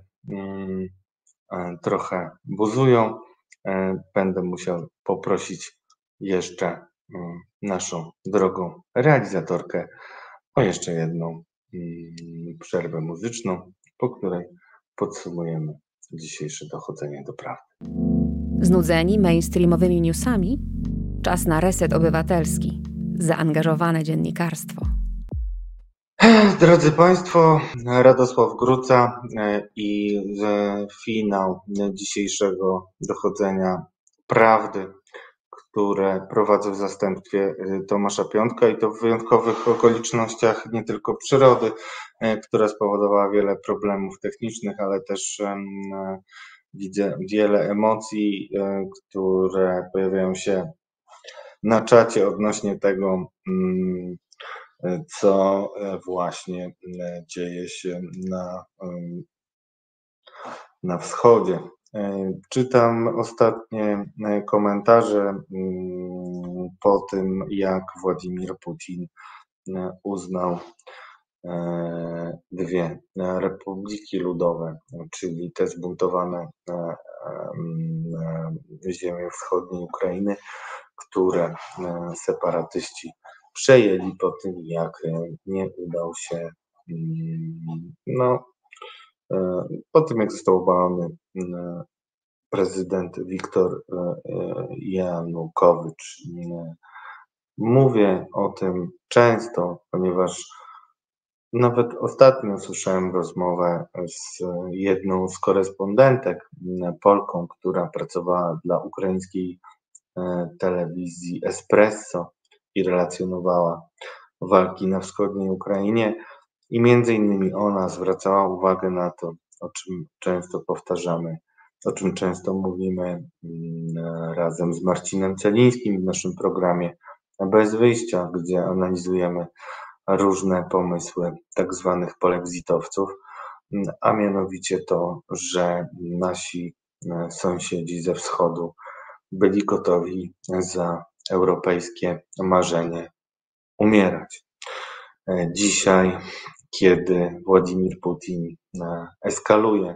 trochę buzują, będę musiał poprosić jeszcze naszą drogą realizatorkę o jeszcze jedną przerwę muzyczną, po której podsumujemy dzisiejsze dochodzenie do prawdy. Znudzeni mainstreamowymi newsami? Czas na reset obywatelski. Zaangażowane dziennikarstwo. Drodzy Państwo, Radosław Gruca i finał dzisiejszego dochodzenia prawdy, które prowadzę w zastępstwie Tomasza Piątka, i to w wyjątkowych okolicznościach nie tylko przyrody, która spowodowała wiele problemów technicznych, ale też widzę wiele emocji, które pojawiają się na czacie odnośnie tego, co właśnie dzieje się na, na wschodzie. Czytam ostatnie komentarze po tym, jak Władimir Putin uznał dwie republiki ludowe, czyli te zbuntowane ziemie wschodniej Ukrainy, które separatyści przejęli po tym, jak nie udał się, no, po tym, jak został obalony prezydent Wiktor Janukowycz. Mówię o tym często, ponieważ nawet ostatnio słyszałem rozmowę z jedną z korespondentek, Polką, która pracowała dla ukraińskiej telewizji Espresso i relacjonowała walki na wschodniej Ukrainie. I między innymi ona zwracała uwagę na to, o czym często powtarzamy, o czym często mówimy razem z Marcinem Celińskim w naszym programie Bez Wyjścia, gdzie analizujemy różne pomysły tak zwanych polexitowców, a mianowicie to, że nasi sąsiedzi ze wschodu byli gotowi za europejskie marzenie umierać. Dzisiaj, kiedy Władimir Putin eskaluje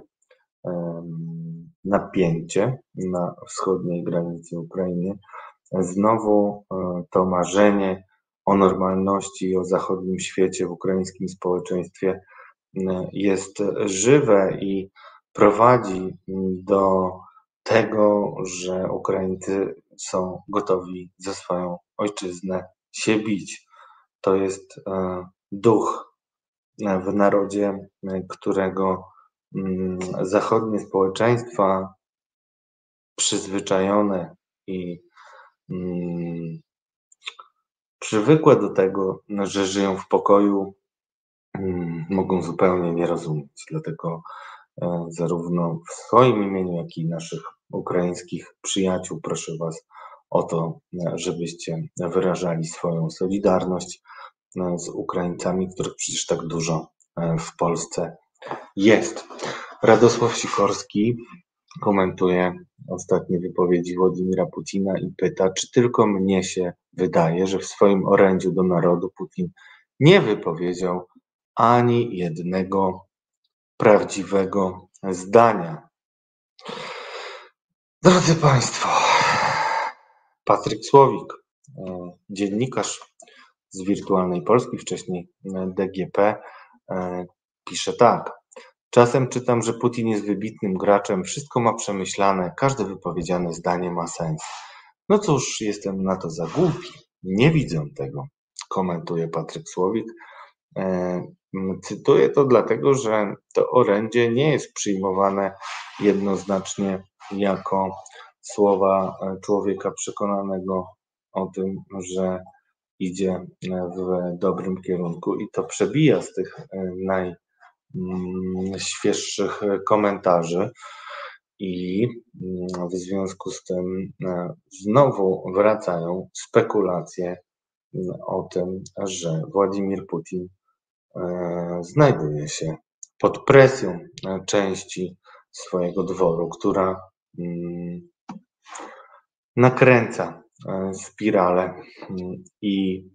napięcie na wschodniej granicy Ukrainy, znowu to marzenie o normalności i o zachodnim świecie w ukraińskim społeczeństwie jest żywe i prowadzi do tego, że Ukraińcy są gotowi za swoją ojczyznę się bić. To jest duch w narodzie, którego zachodnie społeczeństwa przyzwyczajone i przywykłe do tego, że żyją w pokoju, mogą zupełnie nie rozumieć. Dlatego zarówno w swoim imieniu, jak i naszych ukraińskich przyjaciół proszę Was o to, żebyście wyrażali swoją solidarność z Ukraińcami, których przecież tak dużo w Polsce jest. Radosław Sikorski komentuje ostatnie wypowiedzi Władimira Putina i pyta, czy tylko mnie się wydaje, że w swoim orędziu do narodu Putin nie wypowiedział ani jednego prawdziwego zdania. Drodzy Państwo, Patryk Słowik, dziennikarz z Wirtualnej Polski, wcześniej D G P, pisze tak. Czasem czytam, że Putin jest wybitnym graczem, wszystko ma przemyślane, każde wypowiedziane zdanie ma sens. No cóż, jestem na to za głupi, nie widzę tego, komentuje Patryk Słowik. Cytuję to dlatego, że to orędzie nie jest przyjmowane jednoznacznie jako słowa człowieka przekonanego o tym, że idzie w dobrym kierunku i to przebija z tych najświeższych komentarzy i w związku z tym znowu wracają spekulacje o tym, że Władimir Putin znajduje się pod presją części swojego dworu, która nakręca spiralę i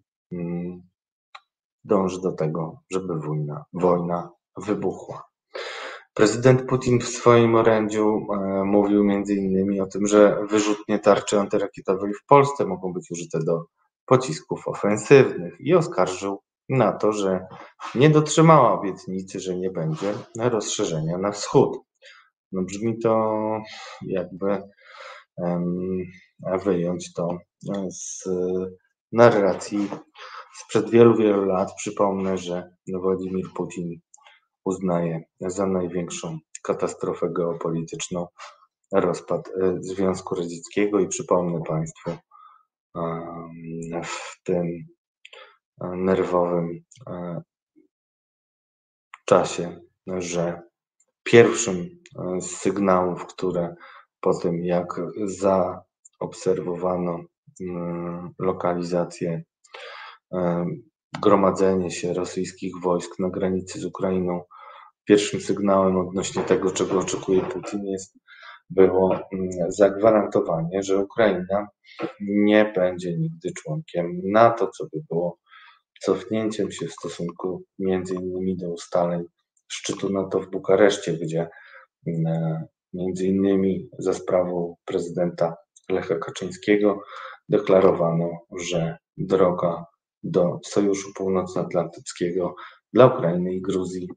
dąży do tego, żeby wojna, wojna wybuchła. Prezydent Putin w swoim orędziu mówił między innymi o tym, że wyrzutnie tarczy antyrakietowej w Polsce mogą być użyte do pocisków ofensywnych i oskarżył na to, że nie dotrzymała obietnicy, że nie będzie rozszerzenia na wschód. No brzmi to jakby um, wyjąć to z narracji sprzed wielu, wielu lat. Przypomnę, że Władimir Putin uznaje za największą katastrofę geopolityczną rozpad Związku Radzieckiego i przypomnę Państwu um, w tym nerwowym czasie, że pierwszym z sygnałów, które po tym jak zaobserwowano lokalizację, gromadzenie się rosyjskich wojsk na granicy z Ukrainą, pierwszym sygnałem odnośnie tego, czego oczekuje Putin, jest było zagwarantowanie, że Ukraina nie będzie nigdy członkiem NATO, co by było cofnięciem się w stosunku między innymi do ustaleń szczytu NATO w Bukareszcie, gdzie między innymi za sprawą prezydenta Lecha Kaczyńskiego deklarowano, że droga do Sojuszu Północnoatlantyckiego dla Ukrainy i Gruzji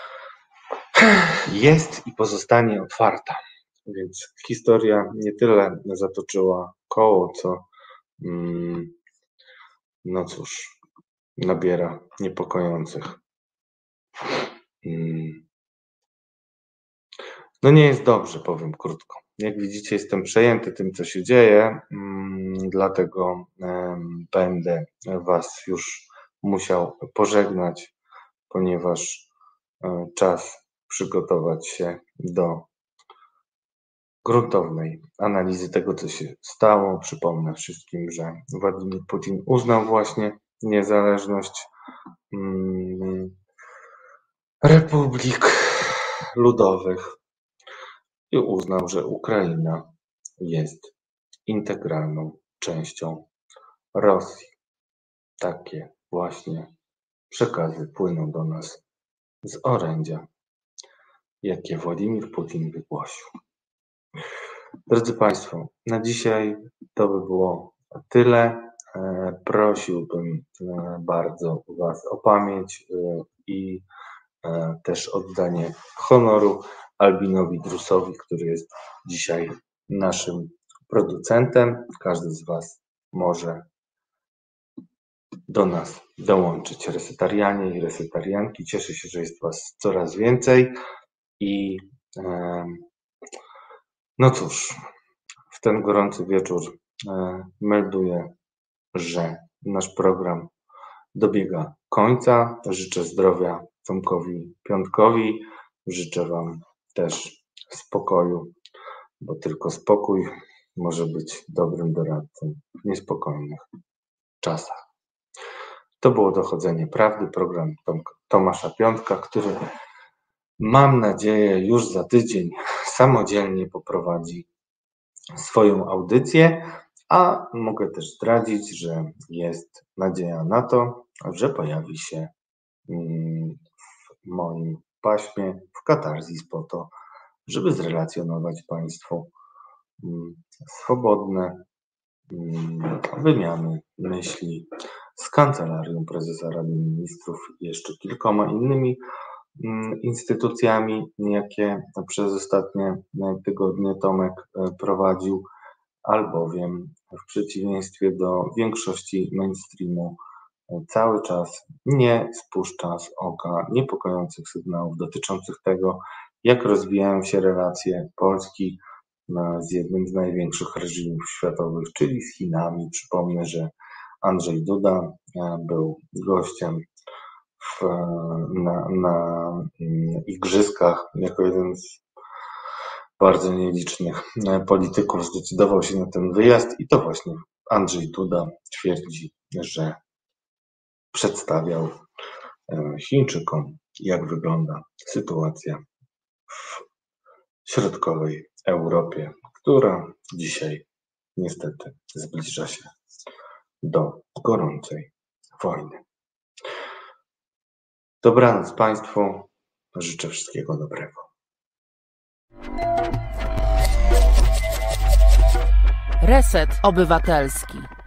jest i pozostanie otwarta. Więc historia nie tyle zatoczyła koło, co mm, no cóż, nabiera niepokojących. Mm. No nie jest dobrze, powiem krótko. Jak widzicie, jestem przejęty tym, co się dzieje, mm, dlatego em, będę Was już musiał pożegnać, ponieważ e, czas przygotować się do gruntownej analizy tego, co się stało. Przypomnę wszystkim, że Władimir Putin uznał właśnie niezależność mm, republik ludowych i uznał, że Ukraina jest integralną częścią Rosji. Takie właśnie przekazy płyną do nas z orędzia, jakie Władimir Putin wygłosił. Drodzy Państwo, na dzisiaj to by było tyle. Prosiłbym bardzo Was o pamięć i też oddanie honoru Albinowi Drusowi, który jest dzisiaj naszym producentem. Każdy z Was może do nas dołączyć. Resetarianie i resetarianki. Cieszę się, że jest Was coraz więcej i no cóż, w ten gorący wieczór melduję, że nasz program dobiega końca. Życzę zdrowia Tomkowi Piątkowi. Życzę Wam też spokoju, bo tylko spokój może być dobrym doradcą w niespokojnych czasach. To było Dochodzenie Prawdy, program Tomasza Piątka, który mam nadzieję już za tydzień samodzielnie poprowadzi swoją audycję, a mogę też zdradzić, że jest nadzieja na to, że pojawi się w moim paśmie w Katarzys po to, żeby zrelacjonować Państwu swobodne wymiany myśli z Kancelarią Prezesa Rady Ministrów i jeszcze kilkoma innymi instytucjami, jakie przez ostatnie tygodnie Tomek prowadził, albowiem w przeciwieństwie do większości mainstreamu cały czas nie spuszcza z oka niepokojących sygnałów dotyczących tego, jak rozwijają się relacje Polski z jednym z największych reżimów światowych, czyli z Chinami. Przypomnę, że Andrzej Duda był gościem w, na, na igrzyskach jako jeden z bardzo nielicznych polityków zdecydował się na ten wyjazd i to właśnie Andrzej Duda twierdzi, że przedstawiał Chińczykom, jak wygląda sytuacja w środkowej Europie, która dzisiaj niestety zbliża się do gorącej wojny. Dobranoc Państwu, życzę wszystkiego dobrego. Reset Obywatelski.